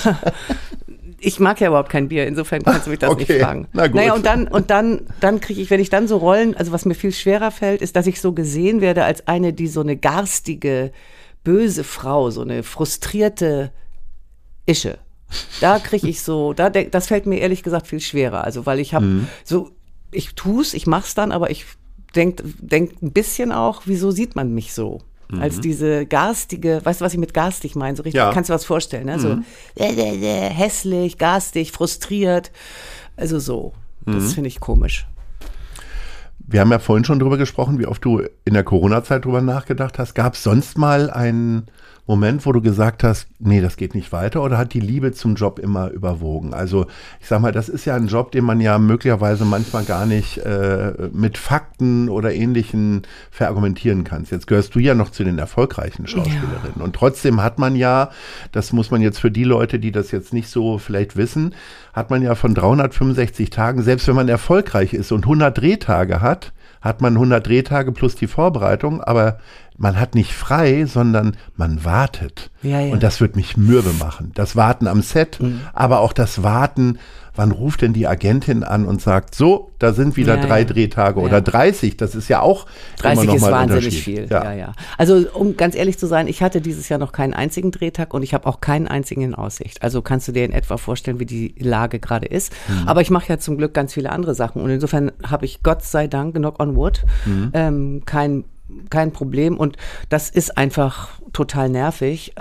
Ich mag ja überhaupt kein Bier, insofern kannst du mich das nicht fragen. Na gut. Naja, und dann kriege ich, wenn ich dann so Rollen, also was mir viel schwerer fällt, ist, dass ich so gesehen werde als eine, die so eine garstige, böse Frau, so eine frustrierte Ische. Da kriege ich so, das fällt mir ehrlich gesagt viel schwerer. Also weil ich habe ich tu's, ich mach's dann, aber ich denk ein bisschen auch, wieso sieht man mich so? Als diese garstige, weißt du, was ich mit garstig meine? So richtig, kannst du was vorstellen, ne? So hässlich, garstig, frustriert. Also so. Das finde ich komisch. Wir haben ja vorhin schon drüber gesprochen, wie oft du in der Corona-Zeit drüber nachgedacht hast. Gab es sonst mal einen Moment, wo du gesagt hast, nee, das geht nicht weiter, oder hat die Liebe zum Job immer überwogen? Also ich sag mal, das ist ja ein Job, den man ja möglicherweise manchmal gar nicht mit Fakten oder Ähnlichem verargumentieren kann. Jetzt gehörst du ja noch zu den erfolgreichen Schauspielerinnen. Ja. Und trotzdem hat man ja, das muss man jetzt für die Leute, die das jetzt nicht so vielleicht wissen, hat man ja von 365 Tagen, selbst wenn man erfolgreich ist und 100 Drehtage hat man 100 Drehtage plus die Vorbereitung, aber man hat nicht frei, sondern man wartet. Ja. Und das wird mich mürbe machen. Das Warten am Set, aber auch das Warten, wann ruft denn die Agentin an und sagt, so, da sind wieder 3 Drehtage oder 30. Das ist ja auch 30 immer noch ist mal wahnsinnig viel. Ja. Also um ganz ehrlich zu sein, ich hatte dieses Jahr noch keinen einzigen Drehtag und ich habe auch keinen einzigen in Aussicht. Also kannst du dir in etwa vorstellen, wie die Lage gerade ist. Aber ich mache ja zum Glück ganz viele andere Sachen und insofern habe ich Gott sei Dank, knock on wood, kein Problem, und das ist einfach total nervig,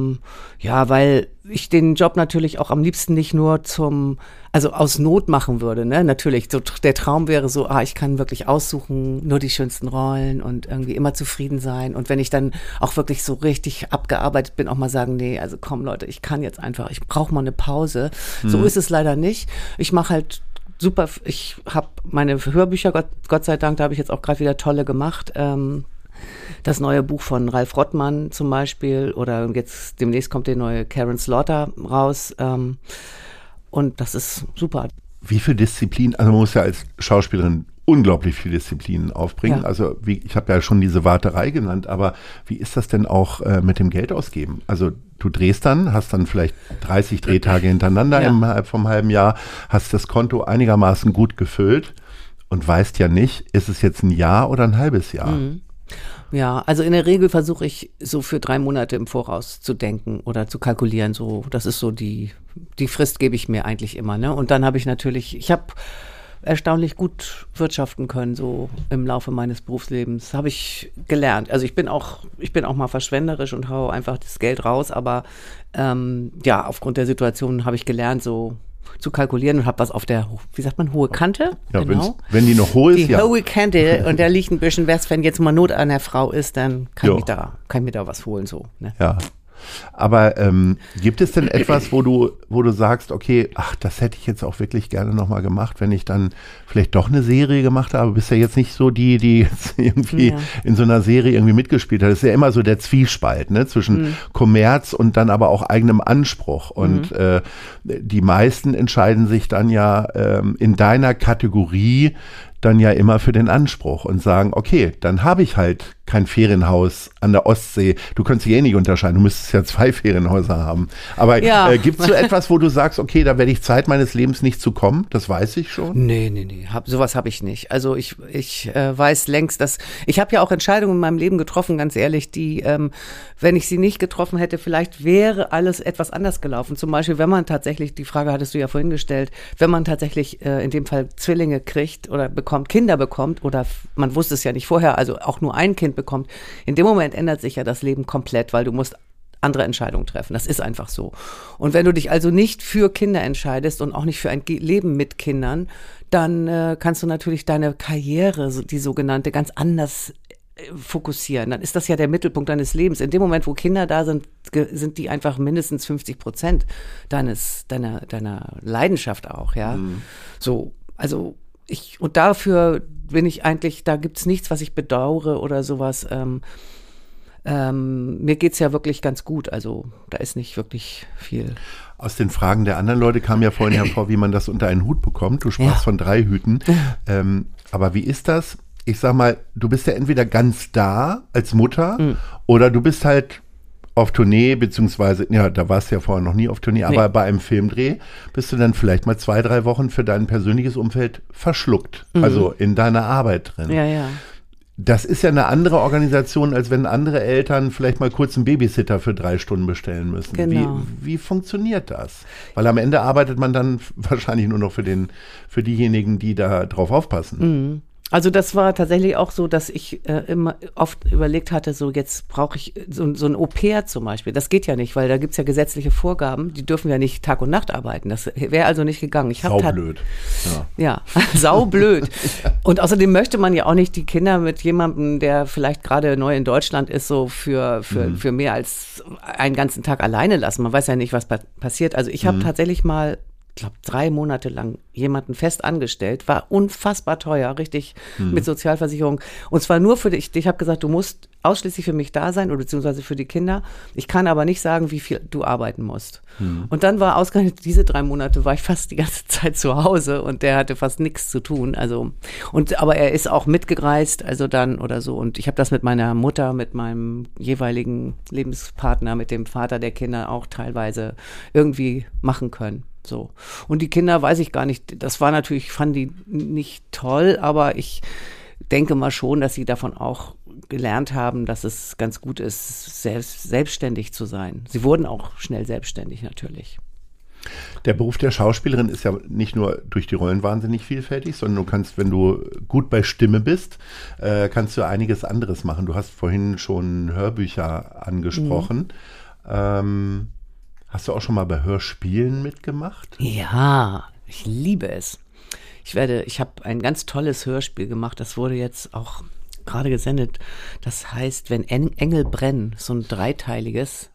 weil ich den Job natürlich auch am liebsten nicht nur aus Not machen würde, ne? Natürlich, so, der Traum wäre so, ich kann wirklich aussuchen, nur die schönsten Rollen und irgendwie immer zufrieden sein, und wenn ich dann auch wirklich so richtig abgearbeitet bin, auch mal sagen, nee, also komm Leute, ich brauche mal eine Pause. So ist es leider nicht. Ich mache halt super, ich habe meine Hörbücher, Gott sei Dank, da habe ich jetzt auch gerade wieder tolle gemacht. Das neue Buch von Ralf Rottmann zum Beispiel, oder jetzt demnächst kommt der neue Karen Slaughter raus. Und das ist super. Wie viel Disziplin, also man muss ja als Schauspielerin unglaublich viel Disziplin aufbringen. Ja. Also ich habe ja schon diese Warterei genannt, aber wie ist das denn auch mit dem Geld ausgeben? Also du drehst dann, hast dann vielleicht 30 Drehtage hintereinander innerhalb vom halben Jahr, hast das Konto einigermaßen gut gefüllt und weißt ja nicht, ist es jetzt ein Jahr oder ein halbes Jahr? Ja, also in der Regel versuche ich so für 3 Monate im Voraus zu denken oder zu kalkulieren. So, das ist so die Frist gebe ich mir eigentlich immer, ne? Und dann habe ich erstaunlich gut wirtschaften können, so im Laufe meines Berufslebens. Habe ich gelernt. Also ich bin auch mal verschwenderisch und hau einfach das Geld raus, aber aufgrund der Situation habe ich gelernt, so zu kalkulieren, und habe was auf der, wie sagt man, hohe Kante? Ja, genau. Wenn die noch hohe ist, die hohe Kante, und da liegt ein bisschen was, wenn jetzt mal Not an der Frau ist, dann kann ich mir da was holen, so. Ne? Ja. Aber gibt es denn etwas, wo du sagst, okay, das hätte ich jetzt auch wirklich gerne nochmal gemacht, wenn ich dann vielleicht doch eine Serie gemacht habe? Bist ja jetzt nicht so die jetzt irgendwie in so einer Serie irgendwie mitgespielt hat. Das ist ja immer so der Zwiespalt, ne, zwischen Kommerz und dann aber auch eigenem Anspruch. Und die meisten entscheiden sich dann ja in deiner Kategorie dann ja immer für den Anspruch und sagen, okay, dann habe ich halt kein Ferienhaus an der Ostsee. Du könntest dich nicht unterscheiden, du müsstest ja 2 Ferienhäuser haben. Aber gibt es so etwas, wo du sagst, okay, da werde ich Zeit meines Lebens nicht zu kommen? Das weiß ich schon. Nee. Sowas habe ich nicht. Also ich weiß längst, dass ich habe ja auch Entscheidungen in meinem Leben getroffen, ganz ehrlich, die, wenn ich sie nicht getroffen hätte, vielleicht wäre alles etwas anders gelaufen. Zum Beispiel, wenn man tatsächlich, die Frage hattest du ja vorhin gestellt, wenn man tatsächlich in dem Fall Zwillinge kriegt oder Kinder bekommt, oder man wusste es ja nicht vorher, also auch nur ein Kind bekommt, in dem Moment ändert sich ja das Leben komplett, weil du musst andere Entscheidungen treffen. Das ist einfach so. Und wenn du dich also nicht für Kinder entscheidest und auch nicht für ein Leben mit Kindern, dann kannst du natürlich deine Karriere, die sogenannte, ganz anders fokussieren. Dann ist das ja der Mittelpunkt deines Lebens. In dem Moment, wo Kinder da sind, sind die einfach mindestens 50% deiner Leidenschaft auch, ja. So, also und dafür bin ich eigentlich, da gibt's nichts, was ich bedauere oder sowas. Mir geht's ja wirklich ganz gut, also da ist nicht wirklich viel. Aus den Fragen der anderen Leute kam ja vorhin hervor, wie man das unter einen Hut bekommt. Du sprachst von 3 Hüten. Aber wie ist das? Ich sag mal, du bist ja entweder ganz da als Mutter oder du bist halt auf Tournee, beziehungsweise, ja, da warst du ja vorher noch nie auf Tournee, aber bei einem Filmdreh bist du dann vielleicht mal 2-3 Wochen für dein persönliches Umfeld verschluckt, also in deiner Arbeit drin. Ja, ja. Das ist ja eine andere Organisation, als wenn andere Eltern vielleicht mal kurz einen Babysitter für 3 Stunden bestellen müssen. Genau. Wie funktioniert das? Weil am Ende arbeitet man dann wahrscheinlich nur noch für diejenigen, die da drauf aufpassen. Also das war tatsächlich auch so, dass ich immer oft überlegt hatte, so jetzt brauche ich so ein Au-pair zum Beispiel. Das geht ja nicht, weil da gibt's ja gesetzliche Vorgaben, die dürfen ja nicht Tag und Nacht arbeiten. Das wäre also nicht gegangen. Saublöd. Ja, saublöd. Und außerdem möchte man ja auch nicht die Kinder mit jemandem, der vielleicht gerade neu in Deutschland ist, so für mehr als einen ganzen Tag alleine lassen. Man weiß ja nicht, was passiert. Also ich habe tatsächlich mal, ich glaube, 3 Monate lang jemanden fest angestellt, war unfassbar teuer, richtig mit Sozialversicherung. Und zwar nur für dich. Ich habe gesagt, du musst ausschließlich für mich da sein oder beziehungsweise für die Kinder. Ich kann aber nicht sagen, wie viel du arbeiten musst. Und dann war ausgerechnet diese 3 Monate, war ich fast die ganze Zeit zu Hause und der hatte fast nichts zu tun. Also aber er ist auch mitgereist, also dann oder so. Und ich habe das mit meiner Mutter, mit meinem jeweiligen Lebenspartner, mit dem Vater der Kinder auch teilweise irgendwie machen können. So. Und die Kinder weiß ich gar nicht, das war natürlich, fanden die nicht toll, aber ich denke mal schon, dass sie davon auch gelernt haben, dass es ganz gut ist, selbstständig zu sein. Sie wurden auch schnell selbstständig natürlich. Der Beruf der Schauspielerin ist ja nicht nur durch die Rollen wahnsinnig vielfältig, sondern du kannst, wenn du gut bei Stimme bist, kannst du einiges anderes machen. Du hast vorhin schon Hörbücher angesprochen. Hast du auch schon mal bei Hörspielen mitgemacht? Ja, ich liebe es. Ich habe ein ganz tolles Hörspiel gemacht, das wurde jetzt auch gerade gesendet. Das heißt, wenn Engel brennen, so ein 3-teiliges.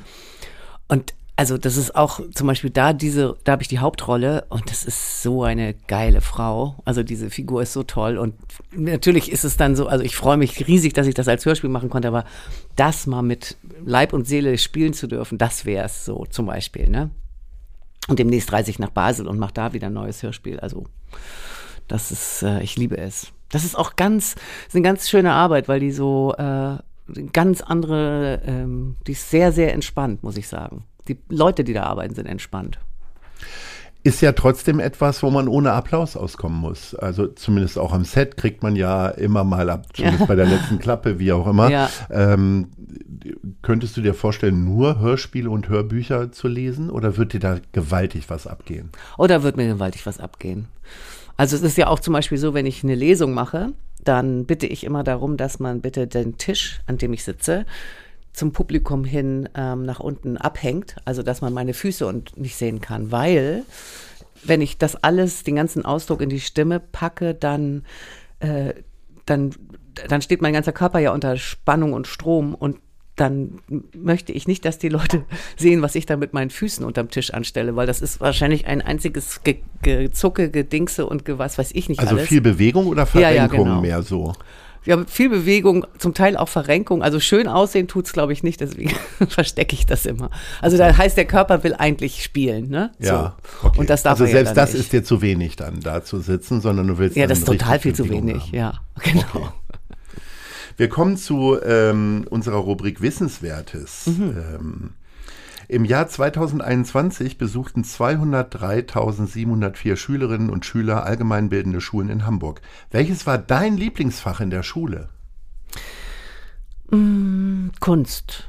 Und also das ist auch zum Beispiel da habe ich die Hauptrolle und das ist so eine geile Frau. Also diese Figur ist so toll und natürlich ist es dann so, also ich freue mich riesig, dass ich das als Hörspiel machen konnte, aber das mal mit Leib und Seele spielen zu dürfen, das wäre es so zum Beispiel, ne? Und demnächst reise ich nach Basel und mache da wieder ein neues Hörspiel. Also das ist, ich liebe es. Das ist auch ist eine ganz schöne Arbeit, weil die so ganz andere, die ist sehr, sehr entspannt, muss ich sagen. Die Leute, die da arbeiten, sind entspannt. Ist ja trotzdem etwas, wo man ohne Applaus auskommen muss. Also zumindest auch am Set kriegt man ja immer mal ab, zumindest bei der letzten Klappe, wie auch immer. Ja. Könntest du dir vorstellen, nur Hörspiele und Hörbücher zu lesen oder wird dir da gewaltig was abgehen? Oh, da wird mir gewaltig was abgehen. Also es ist ja auch zum Beispiel so, wenn ich eine Lesung mache, dann bitte ich immer darum, dass man bitte den Tisch, an dem ich sitze, zum Publikum hin nach unten abhängt, also dass man meine Füße nicht sehen kann, weil wenn ich das alles, den ganzen Ausdruck in die Stimme packe, dann steht mein ganzer Körper ja unter Spannung und Strom und dann möchte ich nicht, dass die Leute sehen, was ich da mit meinen Füßen unterm Tisch anstelle, weil das ist wahrscheinlich ein einziges Gezucke, Gedingse und was weiß ich nicht also alles. Also viel Bewegung oder Verrenkung genau. Mehr so? Ja, viel Bewegung, zum Teil auch Verrenkung. Also schön aussehen tut's, glaube ich, nicht, deswegen verstecke ich das immer. Also da heißt, der Körper will eigentlich spielen, ne? Ja, so. Okay. Und das darf also selbst ja das nicht. Ist dir zu wenig dann, da zu sitzen, sondern du willst ja, dann das ist total viel zu wenig, haben. ja, genau. Okay. Wir kommen zu unserer Rubrik Wissenswertes. Im Jahr 2021 besuchten 203.704 Schülerinnen und Schüler allgemeinbildende Schulen in Hamburg. Welches war dein Lieblingsfach in der Schule? Kunst.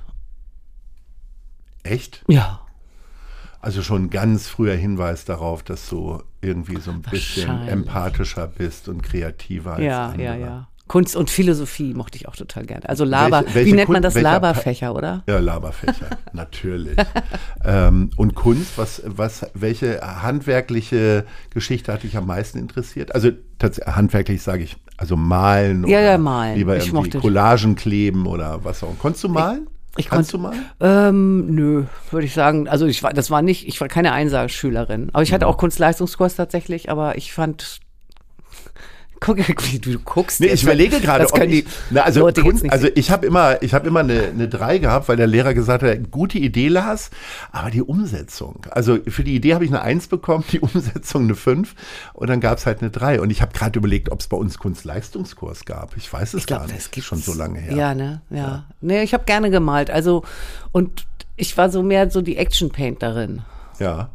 Echt? Ja. Also schon ganz früher Hinweis darauf, dass du irgendwie so ein bisschen empathischer bist und kreativer als andere. Ja. Kunst und Philosophie mochte ich auch total gerne. Also wie nennt man das? Laberfächer, oder? Ja, Laberfächer, natürlich. Und Kunst, welche handwerkliche Geschichte hat dich am meisten interessiert? Also handwerklich sage ich, also malen oder malen. Lieber irgendwie Collagen kleben oder was auch. Konntest du malen? Kannst du malen? Nö, würde ich sagen. Also ich war keine Einserschülerin. Aber ich hatte auch Kunstleistungskurs tatsächlich, aber ich fand. Guck, wie du guckst. Nee, ich überlege gerade, ich habe immer eine 3 gehabt, weil der Lehrer gesagt hat, gute Idee, Lars, aber die Umsetzung. Also für die Idee habe ich eine 1 bekommen, die Umsetzung eine 5 und dann gab es halt eine 3. Und ich habe gerade überlegt, ob es bei uns Kunstleistungskurs gab. Ich weiß es gar nicht. Das ist schon so lange her. Ja, ne? Ja. Nee, ich habe gerne gemalt. Also, und ich war so mehr so die Action-Painterin. Ja.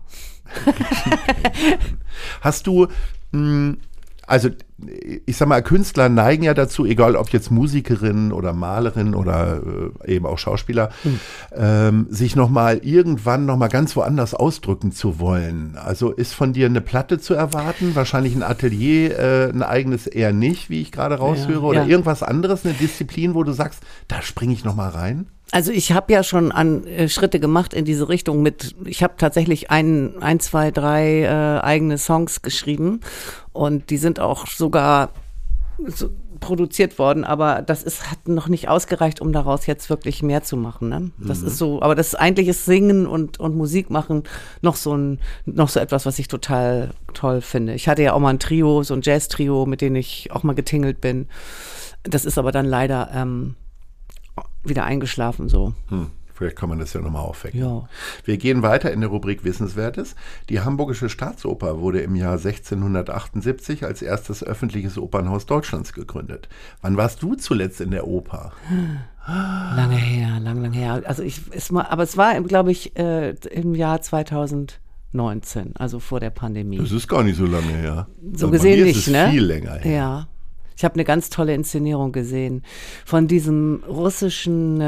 Hast du, also ich sag mal, Künstler neigen ja dazu, egal ob jetzt Musikerin oder Malerin oder eben auch Schauspieler, sich irgendwann noch mal ganz woanders ausdrücken zu wollen. Also ist von dir eine Platte zu erwarten? Wahrscheinlich ein Atelier, ein eigenes eher nicht, wie ich gerade raushöre. Oder irgendwas anderes, eine Disziplin, wo du sagst, da springe ich noch mal rein? Also ich habe ja schon Schritte gemacht in diese Richtung ich habe tatsächlich 1, 2, 3 eigene Songs geschrieben und die sind auch sogar produziert worden, aber hat noch nicht ausgereicht, um daraus jetzt wirklich mehr zu machen. Ne? Das ist so, aber eigentlich ist Singen und Musik machen noch so etwas, was ich total toll finde. Ich hatte ja auch mal ein Trio, so ein Jazz-Trio, mit dem ich auch mal getingelt bin. Das ist aber dann leider wieder eingeschlafen so. Vielleicht kann man das ja nochmal aufwecken. Ja. Wir gehen weiter in der Rubrik Wissenswertes. Die Hamburgische Staatsoper wurde im Jahr 1678 als erstes öffentliches Opernhaus Deutschlands gegründet. Wann warst du zuletzt in der Oper? Lange her. Also es war, glaube ich, im Jahr 2019, also vor der Pandemie. Das ist gar nicht so lange her. So gesehen nicht, ist es viel länger her. Ja. Ich habe eine ganz tolle Inszenierung gesehen von diesem russischen,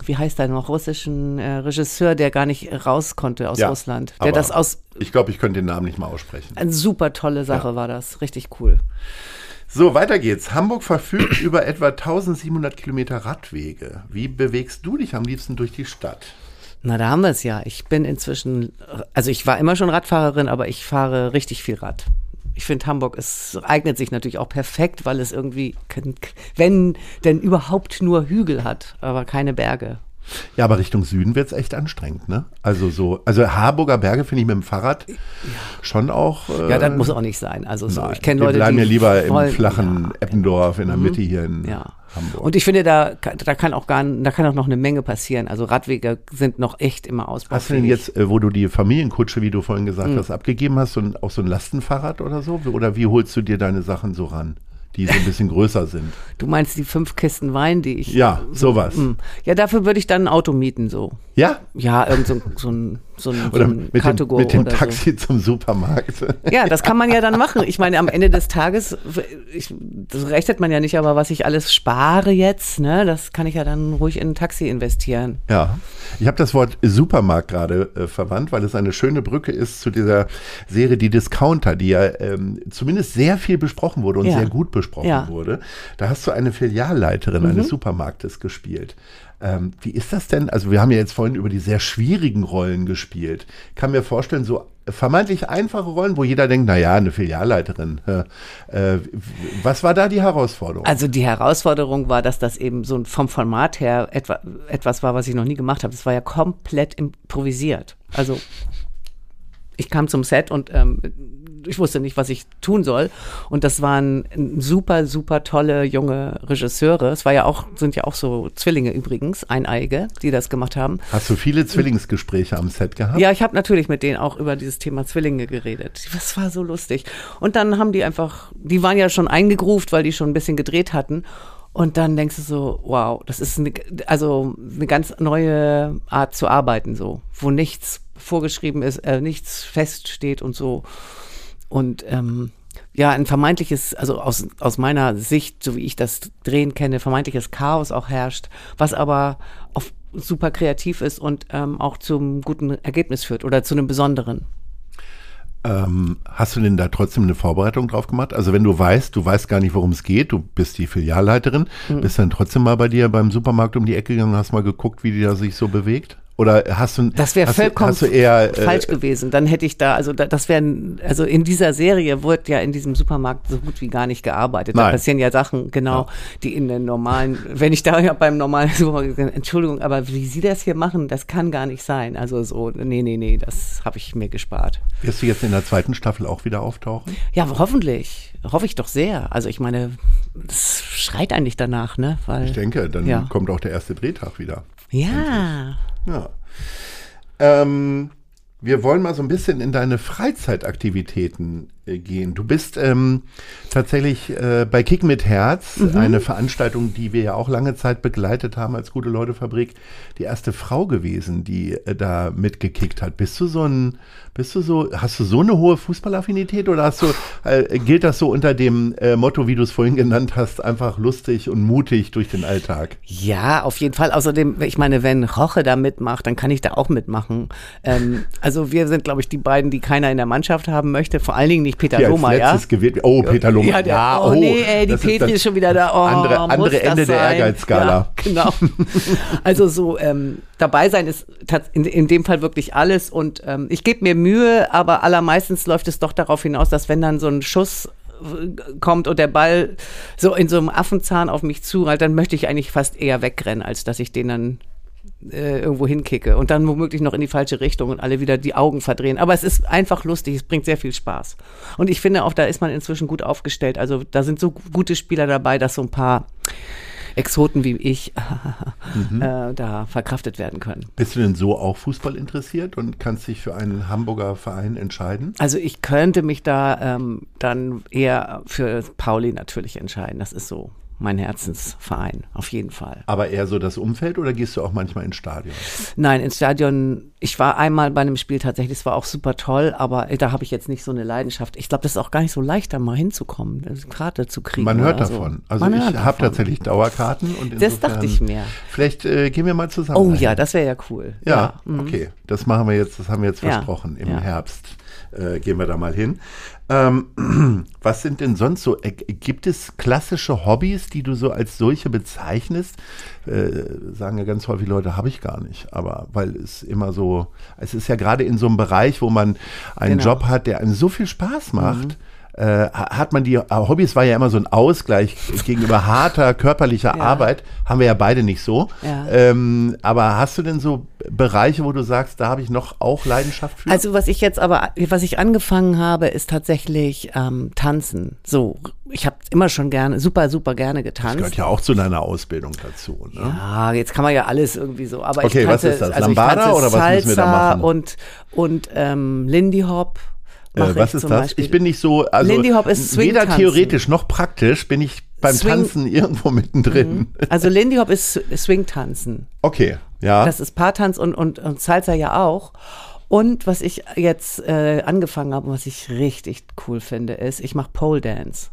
Regisseur, der gar nicht raus konnte aus Russland. Ich glaube, ich könnte den Namen nicht mal aussprechen. Eine super tolle Sache war das, richtig cool. So, weiter geht's. Hamburg verfügt über etwa 1700 Kilometer Radwege. Wie bewegst du dich am liebsten durch die Stadt? Na, da haben wir es ja. Ich bin inzwischen, also ich war immer schon Radfahrerin, aber ich fahre richtig viel Rad. Ich finde, Hamburg eignet sich natürlich auch perfekt, weil es irgendwie, wenn denn überhaupt nur Hügel hat, aber keine Berge. Ja, aber Richtung Süden wird es echt anstrengend, ne? Also Harburger Berge finde ich mit dem Fahrrad schon auch. Ja, das muss auch nicht sein. Also so, ich kenne Leute, die bleiben ja lieber im flachen Eppendorf in der Mitte hier in Hamburg. Und ich finde, da kann auch noch eine Menge passieren. Also Radwege sind noch echt immer ausbaufähig. Hast du denn jetzt, wo du die Familienkutsche, wie du vorhin gesagt hast, abgegeben hast, auch so ein Lastenfahrrad oder so? Oder wie holst du dir deine Sachen so ran, die so ein bisschen größer sind? Du meinst die 5 Kisten Wein, die ich... Ja, sowas. Ja, dafür würde ich dann ein Auto mieten, so. Ja? Ja, so ein oder mit dem Taxi so zum Supermarkt. Ja, das kann man ja dann machen. Ich meine, am Ende des Tages, das rechnet man ja nicht, aber was ich alles spare jetzt, ne, das kann ich ja dann ruhig in ein Taxi investieren. Ja, ich habe das Wort Supermarkt gerade verwandt, weil es eine schöne Brücke ist zu dieser Serie Die Discounter, die ja zumindest sehr viel besprochen wurde und sehr gut besprochen wurde. Da hast du eine Filialleiterin eines Supermarktes gespielt. Wie ist das denn? Also wir haben ja jetzt vorhin über die sehr schwierigen Rollen gespielt. Ich kann mir vorstellen, so vermeintlich einfache Rollen, wo jeder denkt, naja, eine Filialleiterin. Was war da die Herausforderung? Also die Herausforderung war, dass das eben so vom Format her etwas war, was ich noch nie gemacht habe. Das war ja komplett improvisiert. Also ich kam zum Set und ich wusste nicht, was ich tun soll. Und das waren super, super tolle junge Regisseure. Es sind ja auch so Zwillinge übrigens, Eineige, die das gemacht haben. Hast du viele Zwillingsgespräche am Set gehabt? Ja, ich habe natürlich mit denen auch über dieses Thema Zwillinge geredet. Das war so lustig. Und dann haben die waren ja schon eingegruft, weil die schon ein bisschen gedreht hatten. Und dann denkst du so, wow, das ist eine ganz neue Art zu arbeiten, so, wo nichts vorgeschrieben ist, nichts feststeht und so. Und ein vermeintliches, also aus meiner Sicht, so wie ich das Drehen kenne, vermeintliches Chaos auch herrscht, was aber super kreativ ist und auch zum guten Ergebnis führt oder zu einem besonderen. Hast du denn da trotzdem eine Vorbereitung drauf gemacht? Also wenn du weißt gar nicht, worum es geht, du bist die Filialleiterin, bist dann trotzdem mal bei dir beim Supermarkt um die Ecke gegangen und hast mal geguckt, wie die da sich so bewegt? Oder hast du das wäre vollkommen falsch gewesen. Dann hätte ich also in dieser Serie wird ja in diesem Supermarkt so gut wie gar nicht gearbeitet. Da passieren ja Sachen, die in den normalen, wenn ich da ja beim normalen Supermarkt, Entschuldigung, aber wie Sie das hier machen, das kann gar nicht sein. Also so, nee, das habe ich mir gespart. Wirst du jetzt in der zweiten Staffel auch wieder auftauchen? Ja, hoffentlich. Hoffe ich doch sehr. Also ich meine, das schreit eigentlich danach, ne? Weil, ich denke, dann kommt auch der erste Drehtag wieder. Ja. Ja. Wir wollen mal so ein bisschen in deine Freizeitaktivitäten gehen. Du bist tatsächlich bei Kick mit Herz, eine Veranstaltung, die wir ja auch lange Zeit begleitet haben als Gute-Leute-Fabrik, die erste Frau gewesen, die da mitgekickt hat. Hast du so eine hohe Fußballaffinität oder gilt das so unter dem Motto, wie du es vorhin genannt hast, einfach lustig und mutig durch den Alltag? Ja, auf jeden Fall. Außerdem, ich meine, wenn Roche da mitmacht, dann kann ich da auch mitmachen. Also wir sind, glaube ich, die beiden, die keiner in der Mannschaft haben möchte. Vor allen Dingen nicht Peter Lohmeier. Peter Lohmeier. Die Petri ist schon wieder da. Andere Ende der Ehrgeizskala. Ja, genau. Also so dabei sein ist in dem Fall wirklich alles und ich gebe mir Mühe, aber allermeistens läuft es doch darauf hinaus, dass wenn dann so ein Schuss kommt und der Ball so in so einem Affenzahn auf mich zurollt, dann möchte ich eigentlich fast eher wegrennen, als dass ich den dann irgendwo hinkicke und dann womöglich noch in die falsche Richtung und alle wieder die Augen verdrehen. Aber es ist einfach lustig, es bringt sehr viel Spaß. Und ich finde auch, da ist man inzwischen gut aufgestellt. Also da sind so gute Spieler dabei, dass so ein paar Exoten wie ich da verkraftet werden können. Bist du denn so auch Fußball interessiert und kannst dich für einen Hamburger Verein entscheiden? Also ich könnte mich da dann eher für Pauli natürlich entscheiden. Das ist so mein Herzensverein, auf jeden Fall. Aber eher so das Umfeld oder gehst du auch manchmal ins Stadion? Nein, ins Stadion, ich war einmal bei einem Spiel tatsächlich, das war auch super toll, aber da habe ich jetzt nicht so eine Leidenschaft. Ich glaube, das ist auch gar nicht so leicht, da mal hinzukommen, eine Karte zu kriegen. Man hört davon. Also ich habe tatsächlich Dauerkarten. Und insofern, das dachte ich mir. Vielleicht gehen wir mal zusammen. Oh ja, das wäre ja cool. Ja, okay. Das haben wir jetzt versprochen. Im Herbst gehen wir da mal hin. Was sind denn sonst so, gibt es klassische Hobbys, die du so als solche bezeichnest? Sagen ja ganz häufig Leute, habe ich gar nicht, aber weil es immer so, es ist ja gerade in so einem Bereich, wo man einen Job hat, der einem so viel Spaß macht, hat man die Hobbys war ja immer so ein Ausgleich gegenüber harter körperlicher Arbeit, haben wir ja beide nicht so. Ja. Aber hast du denn so Bereiche, wo du sagst, da habe ich noch auch Leidenschaft für? Also was ich angefangen habe, ist tatsächlich Tanzen. So, ich habe immer schon super gerne getanzt. Das gehört ja auch zu deiner Ausbildung dazu, ne? Ja, jetzt kann man ja alles irgendwie so. Aber okay, was ist das? Lambada oder was müssen wir da machen? Und Lindy Hop. Was ist das? Ich bin nicht so, also Lindy Hop ist Swing-Tanzen. Weder theoretisch noch praktisch bin ich beim Tanzen irgendwo mittendrin. Also Lindy Hop ist Swing-Tanzen. Okay, ja. Das ist Paartanz und Salsa ja auch. Und was ich jetzt angefangen habe und was ich richtig cool finde, ist, ich mache Pole Dance.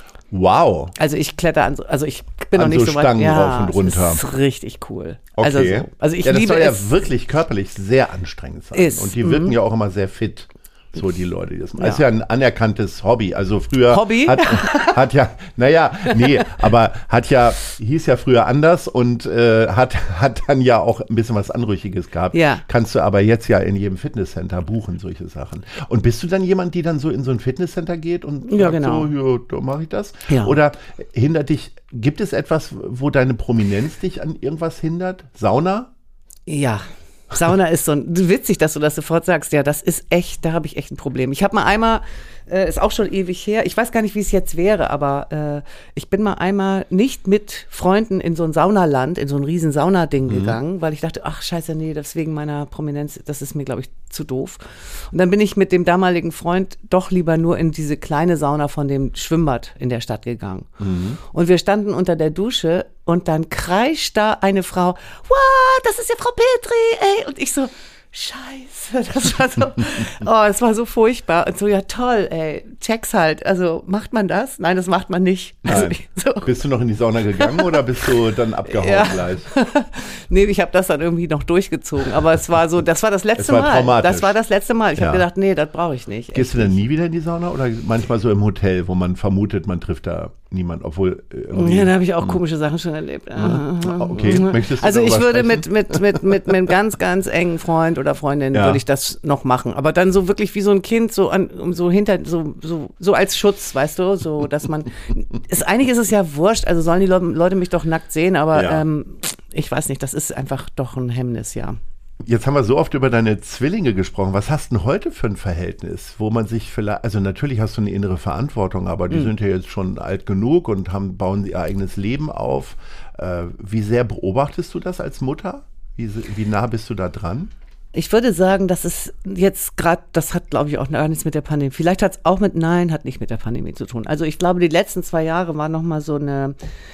Wow. Also ich kletter ich bin noch nicht so weit. Stangen rauf und runter. Das ist richtig cool. Okay. Also ich das liebe soll es. Ja wirklich körperlich sehr anstrengend sein. Und die wirken ja auch immer sehr fit. So die Leute, die das machen. Das ist ja ein anerkanntes Hobby. Also früher hat ja, aber hieß ja früher anders und hat dann ja auch ein bisschen was Anrüchiges gehabt. Ja. Kannst du aber jetzt ja in jedem Fitnesscenter buchen, solche Sachen. Und bist du dann jemand, die dann so in so ein Fitnesscenter geht und sagt so, da mache ich das? Ja. Oder gibt es etwas, wo deine Prominenz dich an irgendwas hindert? Sauna? Ja. Sauna ist so witzig, dass du das sofort sagst. Ja, das ist echt, da habe ich echt ein Problem. Ich habe mal einmal, ist auch schon ewig her, ich weiß gar nicht, wie es jetzt wäre, aber ich bin mal einmal nicht mit Freunden in so ein Saunaland, in so ein riesen Saunading gegangen, weil ich dachte, ach scheiße, nee, das wegen meiner Prominenz, das ist mir, glaube ich, zu doof. Und dann bin ich mit dem damaligen Freund doch lieber nur in diese kleine Sauna von dem Schwimmbad in der Stadt gegangen. Und wir standen unter der Dusche und dann kreischt da eine Frau, wow, das ist ja Frau Petri, ey. Und ich so, Scheiße, das war so, es war so furchtbar. Und so, ja toll, ey, check's halt. Also macht man das? Nein, das macht man nicht. Also, so. Bist du noch in die Sauna gegangen oder bist du dann abgehauen gleich? Nee, ich habe das dann irgendwie noch durchgezogen. Aber es war so, das war das letzte Mal. Das war das letzte Mal. Ich habe gedacht, nee, das brauche ich nicht. Gehst du denn nie wieder in die Sauna oder manchmal so im Hotel, wo man vermutet, man trifft da niemand, obwohl ja, da habe ich auch komische Sachen schon erlebt. Okay, möchtest du also ich würde mit einem ganz, ganz engen Freund oder Freundin würde ich das noch machen. Aber dann so wirklich wie so ein Kind, so als Schutz, weißt du, so, dass man, eigentlich ist es ja wurscht, also sollen die Leute mich doch nackt sehen, aber ich weiß nicht, das ist einfach doch ein Hemmnis, ja. Jetzt haben wir so oft über deine Zwillinge gesprochen. Was hast du denn heute für ein Verhältnis, wo man sich vielleicht, also natürlich hast du eine innere Verantwortung, aber die sind ja jetzt schon alt genug und bauen ihr eigenes Leben auf. Wie sehr beobachtest du das als Mutter? Wie nah bist du da dran? Ich würde sagen, das ist jetzt gerade, das hat, glaube ich, auch gar nichts mit der Pandemie. Vielleicht hat es auch hat nicht mit der Pandemie zu tun. Also ich glaube, die letzten 2 Jahre war nochmal eine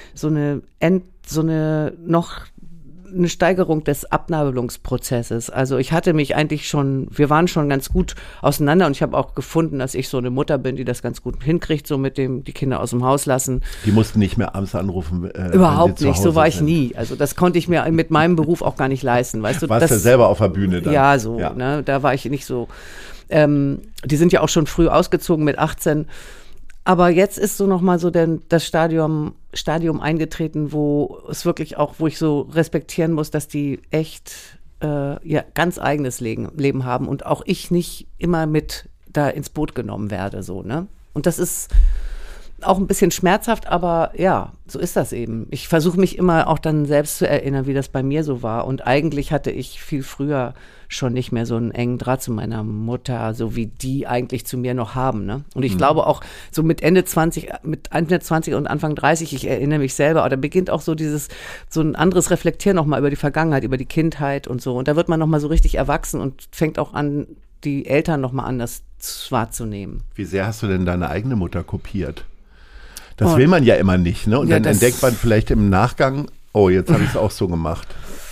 Steigerung des Abnabelungsprozesses. Also ich hatte mich eigentlich wir waren schon ganz gut auseinander und ich habe auch gefunden, dass ich so eine Mutter bin, die das ganz gut hinkriegt, so mit dem, die Kinder aus dem Haus lassen. Die mussten nicht mehr abends anrufen. Überhaupt nicht, so war ich nie. Also das konnte ich mir mit meinem Beruf auch gar nicht leisten. Weißt du, warst ja selber auf der Bühne dann. Ja, so, ja. Ne, da war ich nicht so. Die sind ja auch schon früh ausgezogen mit 18. Aber jetzt ist so nochmal so das Stadium eingetreten, wo ich so respektieren muss, dass die echt ganz eigenes Leben haben und auch ich nicht immer mit da ins Boot genommen werde, so, ne? Und das ist auch ein bisschen schmerzhaft, aber ja, so ist das eben. Ich versuche mich immer auch dann selbst zu erinnern, wie das bei mir so war. Und eigentlich hatte ich viel früher schon nicht mehr so einen engen Draht zu meiner Mutter, so wie die eigentlich zu mir noch haben, ne? Und ich glaube auch so mit Ende 20 und Anfang 30, ich erinnere mich selber, aber da beginnt auch so ein anderes Reflektieren nochmal über die Vergangenheit, über die Kindheit und so. Und da wird man nochmal so richtig erwachsen und fängt auch an, die Eltern nochmal anders wahrzunehmen. Wie sehr hast du denn deine eigene Mutter kopiert? Das will man ja immer nicht, ne? Und dann entdeckt man vielleicht im Nachgang, jetzt habe ich es auch so gemacht.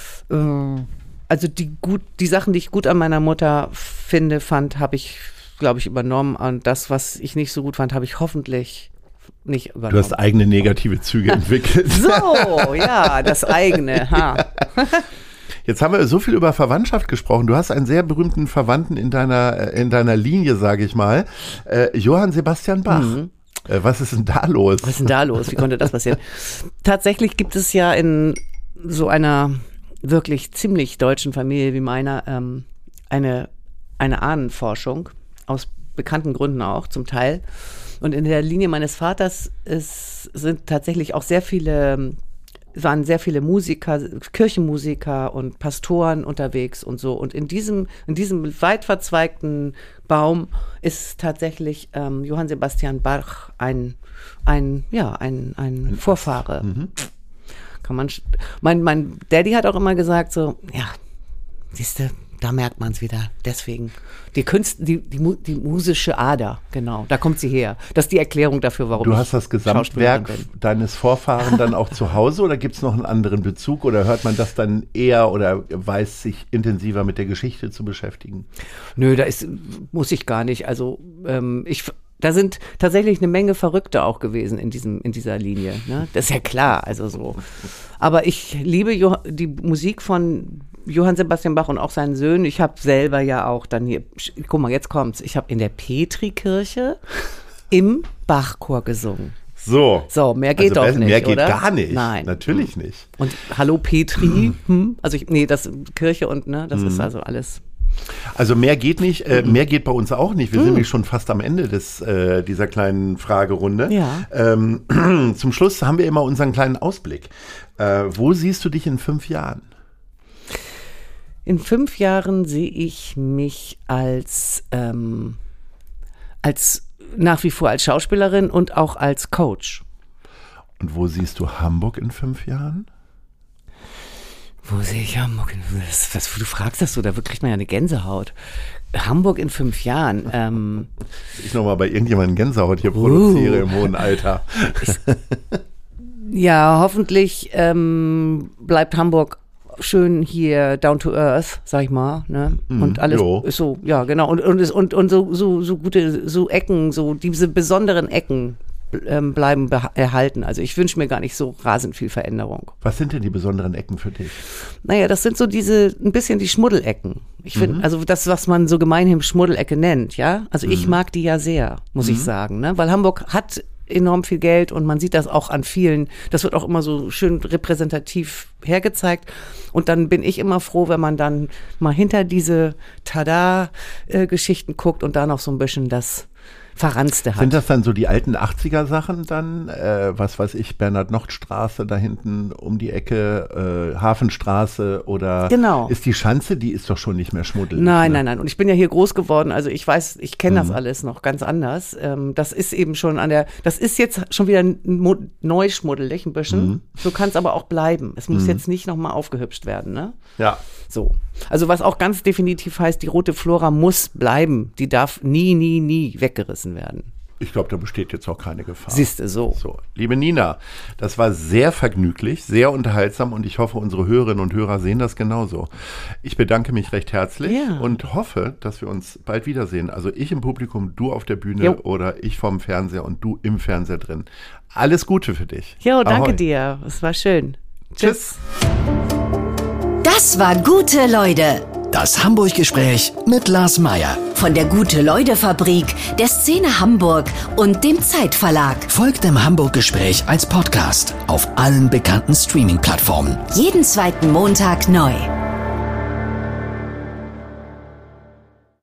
Also die Sachen, die ich gut an meiner Mutter habe ich, glaube ich, übernommen. Und das, was ich nicht so gut fand, habe ich hoffentlich nicht übernommen. Du hast eigene negative Züge entwickelt. So, ja, das eigene. Jetzt haben wir so viel über Verwandtschaft gesprochen. Du hast einen sehr berühmten Verwandten in deiner Linie, sage ich mal, Johann Sebastian Bach. Mhm. Was ist denn da los? Was ist denn da los? Wie konnte das passieren? Tatsächlich gibt es ja in so einer wirklich ziemlich deutschen Familie wie meiner eine Ahnenforschung, aus bekannten Gründen auch zum Teil. Und in der Linie meines Vaters sind tatsächlich auch waren sehr viele Musiker, Kirchenmusiker und Pastoren unterwegs und so. Und in diesem weit verzweigten Baum ist tatsächlich Johann Sebastian Bach ein Vorfahre. Mhm. Mein Daddy hat auch immer gesagt so, ja, siehste, da merkt man es wieder. Deswegen die musische Ader, genau, da kommt sie her. Das ist die Erklärung dafür, warum du hast das Gesamtwerk deines Vorfahren dann auch zu Hause oder gibt es noch einen anderen Bezug oder hört man das dann eher oder weiß sich intensiver mit der Geschichte zu beschäftigen? Nö, muss ich gar nicht. Also da sind tatsächlich eine Menge Verrückte auch gewesen in dieser Linie. Ne? Das ist ja klar, also so. Aber ich liebe die Musik von Johann Sebastian Bach und auch seinen Söhnen. Ich habe selber ja auch dann hier, guck mal, jetzt kommt's. Ich habe in der Petrikirche im Bachchor gesungen. So, mehr geht doch nicht, mehr geht oder? Gar nicht. Nein. Natürlich nicht. Und Hallo Petri, also das Kirche und, ne, das ist also alles. Also mehr geht nicht, mehr geht bei uns auch nicht. Wir sind nämlich schon fast am Ende dieser kleinen Fragerunde. Ja. Zum Schluss haben wir immer unseren kleinen Ausblick. Wo siehst du dich in 5 Jahren? In 5 Jahren sehe ich mich als nach wie vor als Schauspielerin und auch als Coach. Und wo siehst du Hamburg in 5 Jahren? Wo sehe ich Hamburg? Was du fragst das so, da kriegt man ja eine Gänsehaut. Hamburg in 5 Jahren. Ich nochmal bei irgendjemandem Gänsehaut hier produziere im hohen Alter. Ja, hoffentlich bleibt Hamburg schön hier down to earth, sag ich mal, ne? Und alles ist so, ja, genau. Und so gute, so Ecken, so diese besonderen Ecken bleiben erhalten. Also ich wünsche mir gar nicht so rasend viel Veränderung. Was sind denn die besonderen Ecken für dich? Naja, das sind so ein bisschen die Schmuddelecken. Ich finde, also das, was man so gemeinhin Schmuddelecke nennt, ja. Also ich mag die ja sehr, muss ich sagen, ne? Weil Hamburg hat enorm viel Geld und man sieht das auch an vielen, das wird auch immer so schön repräsentativ hergezeigt und dann bin ich immer froh, wenn man dann mal hinter diese Tada-Geschichten guckt und da noch so ein bisschen das Verranzte hat. Sind das dann so die alten 80er-Sachen dann? Was weiß ich, Bernhard-Nocht-Straße da hinten um die Ecke, Hafenstraße oder genau. Ist die Schanze, die ist doch schon nicht mehr schmuddelig. Nein. Und ich bin ja hier groß geworden, also ich weiß, ich kenne das alles noch ganz anders. Das ist eben schon das ist jetzt schon wieder neu schmuddelig ein bisschen. So kann es aber auch bleiben. Es muss jetzt nicht nochmal aufgehübscht werden, ne? Ja. So. Also was auch ganz definitiv heißt, die rote Flora muss bleiben. Die darf nie weggerissen werden. Ich glaube, da besteht jetzt auch keine Gefahr. Siehste, so. Liebe Nina, das war sehr vergnüglich, sehr unterhaltsam und ich hoffe, unsere Hörerinnen und Hörer sehen das genauso. Ich bedanke mich recht herzlich und hoffe, dass wir uns bald wiedersehen. Also ich im Publikum, du auf der Bühne oder ich vorm Fernseher und du im Fernseher drin. Alles Gute für dich. Jo, danke dir. Es war schön. Tschüss. Das war Gute Leute. Das Hamburg-Gespräch mit Lars Meier. Von der Gute-Leute-Fabrik, der Szene Hamburg und dem Zeitverlag. Folgt dem Hamburg-Gespräch als Podcast auf allen bekannten Streaming-Plattformen. Jeden zweiten Montag neu.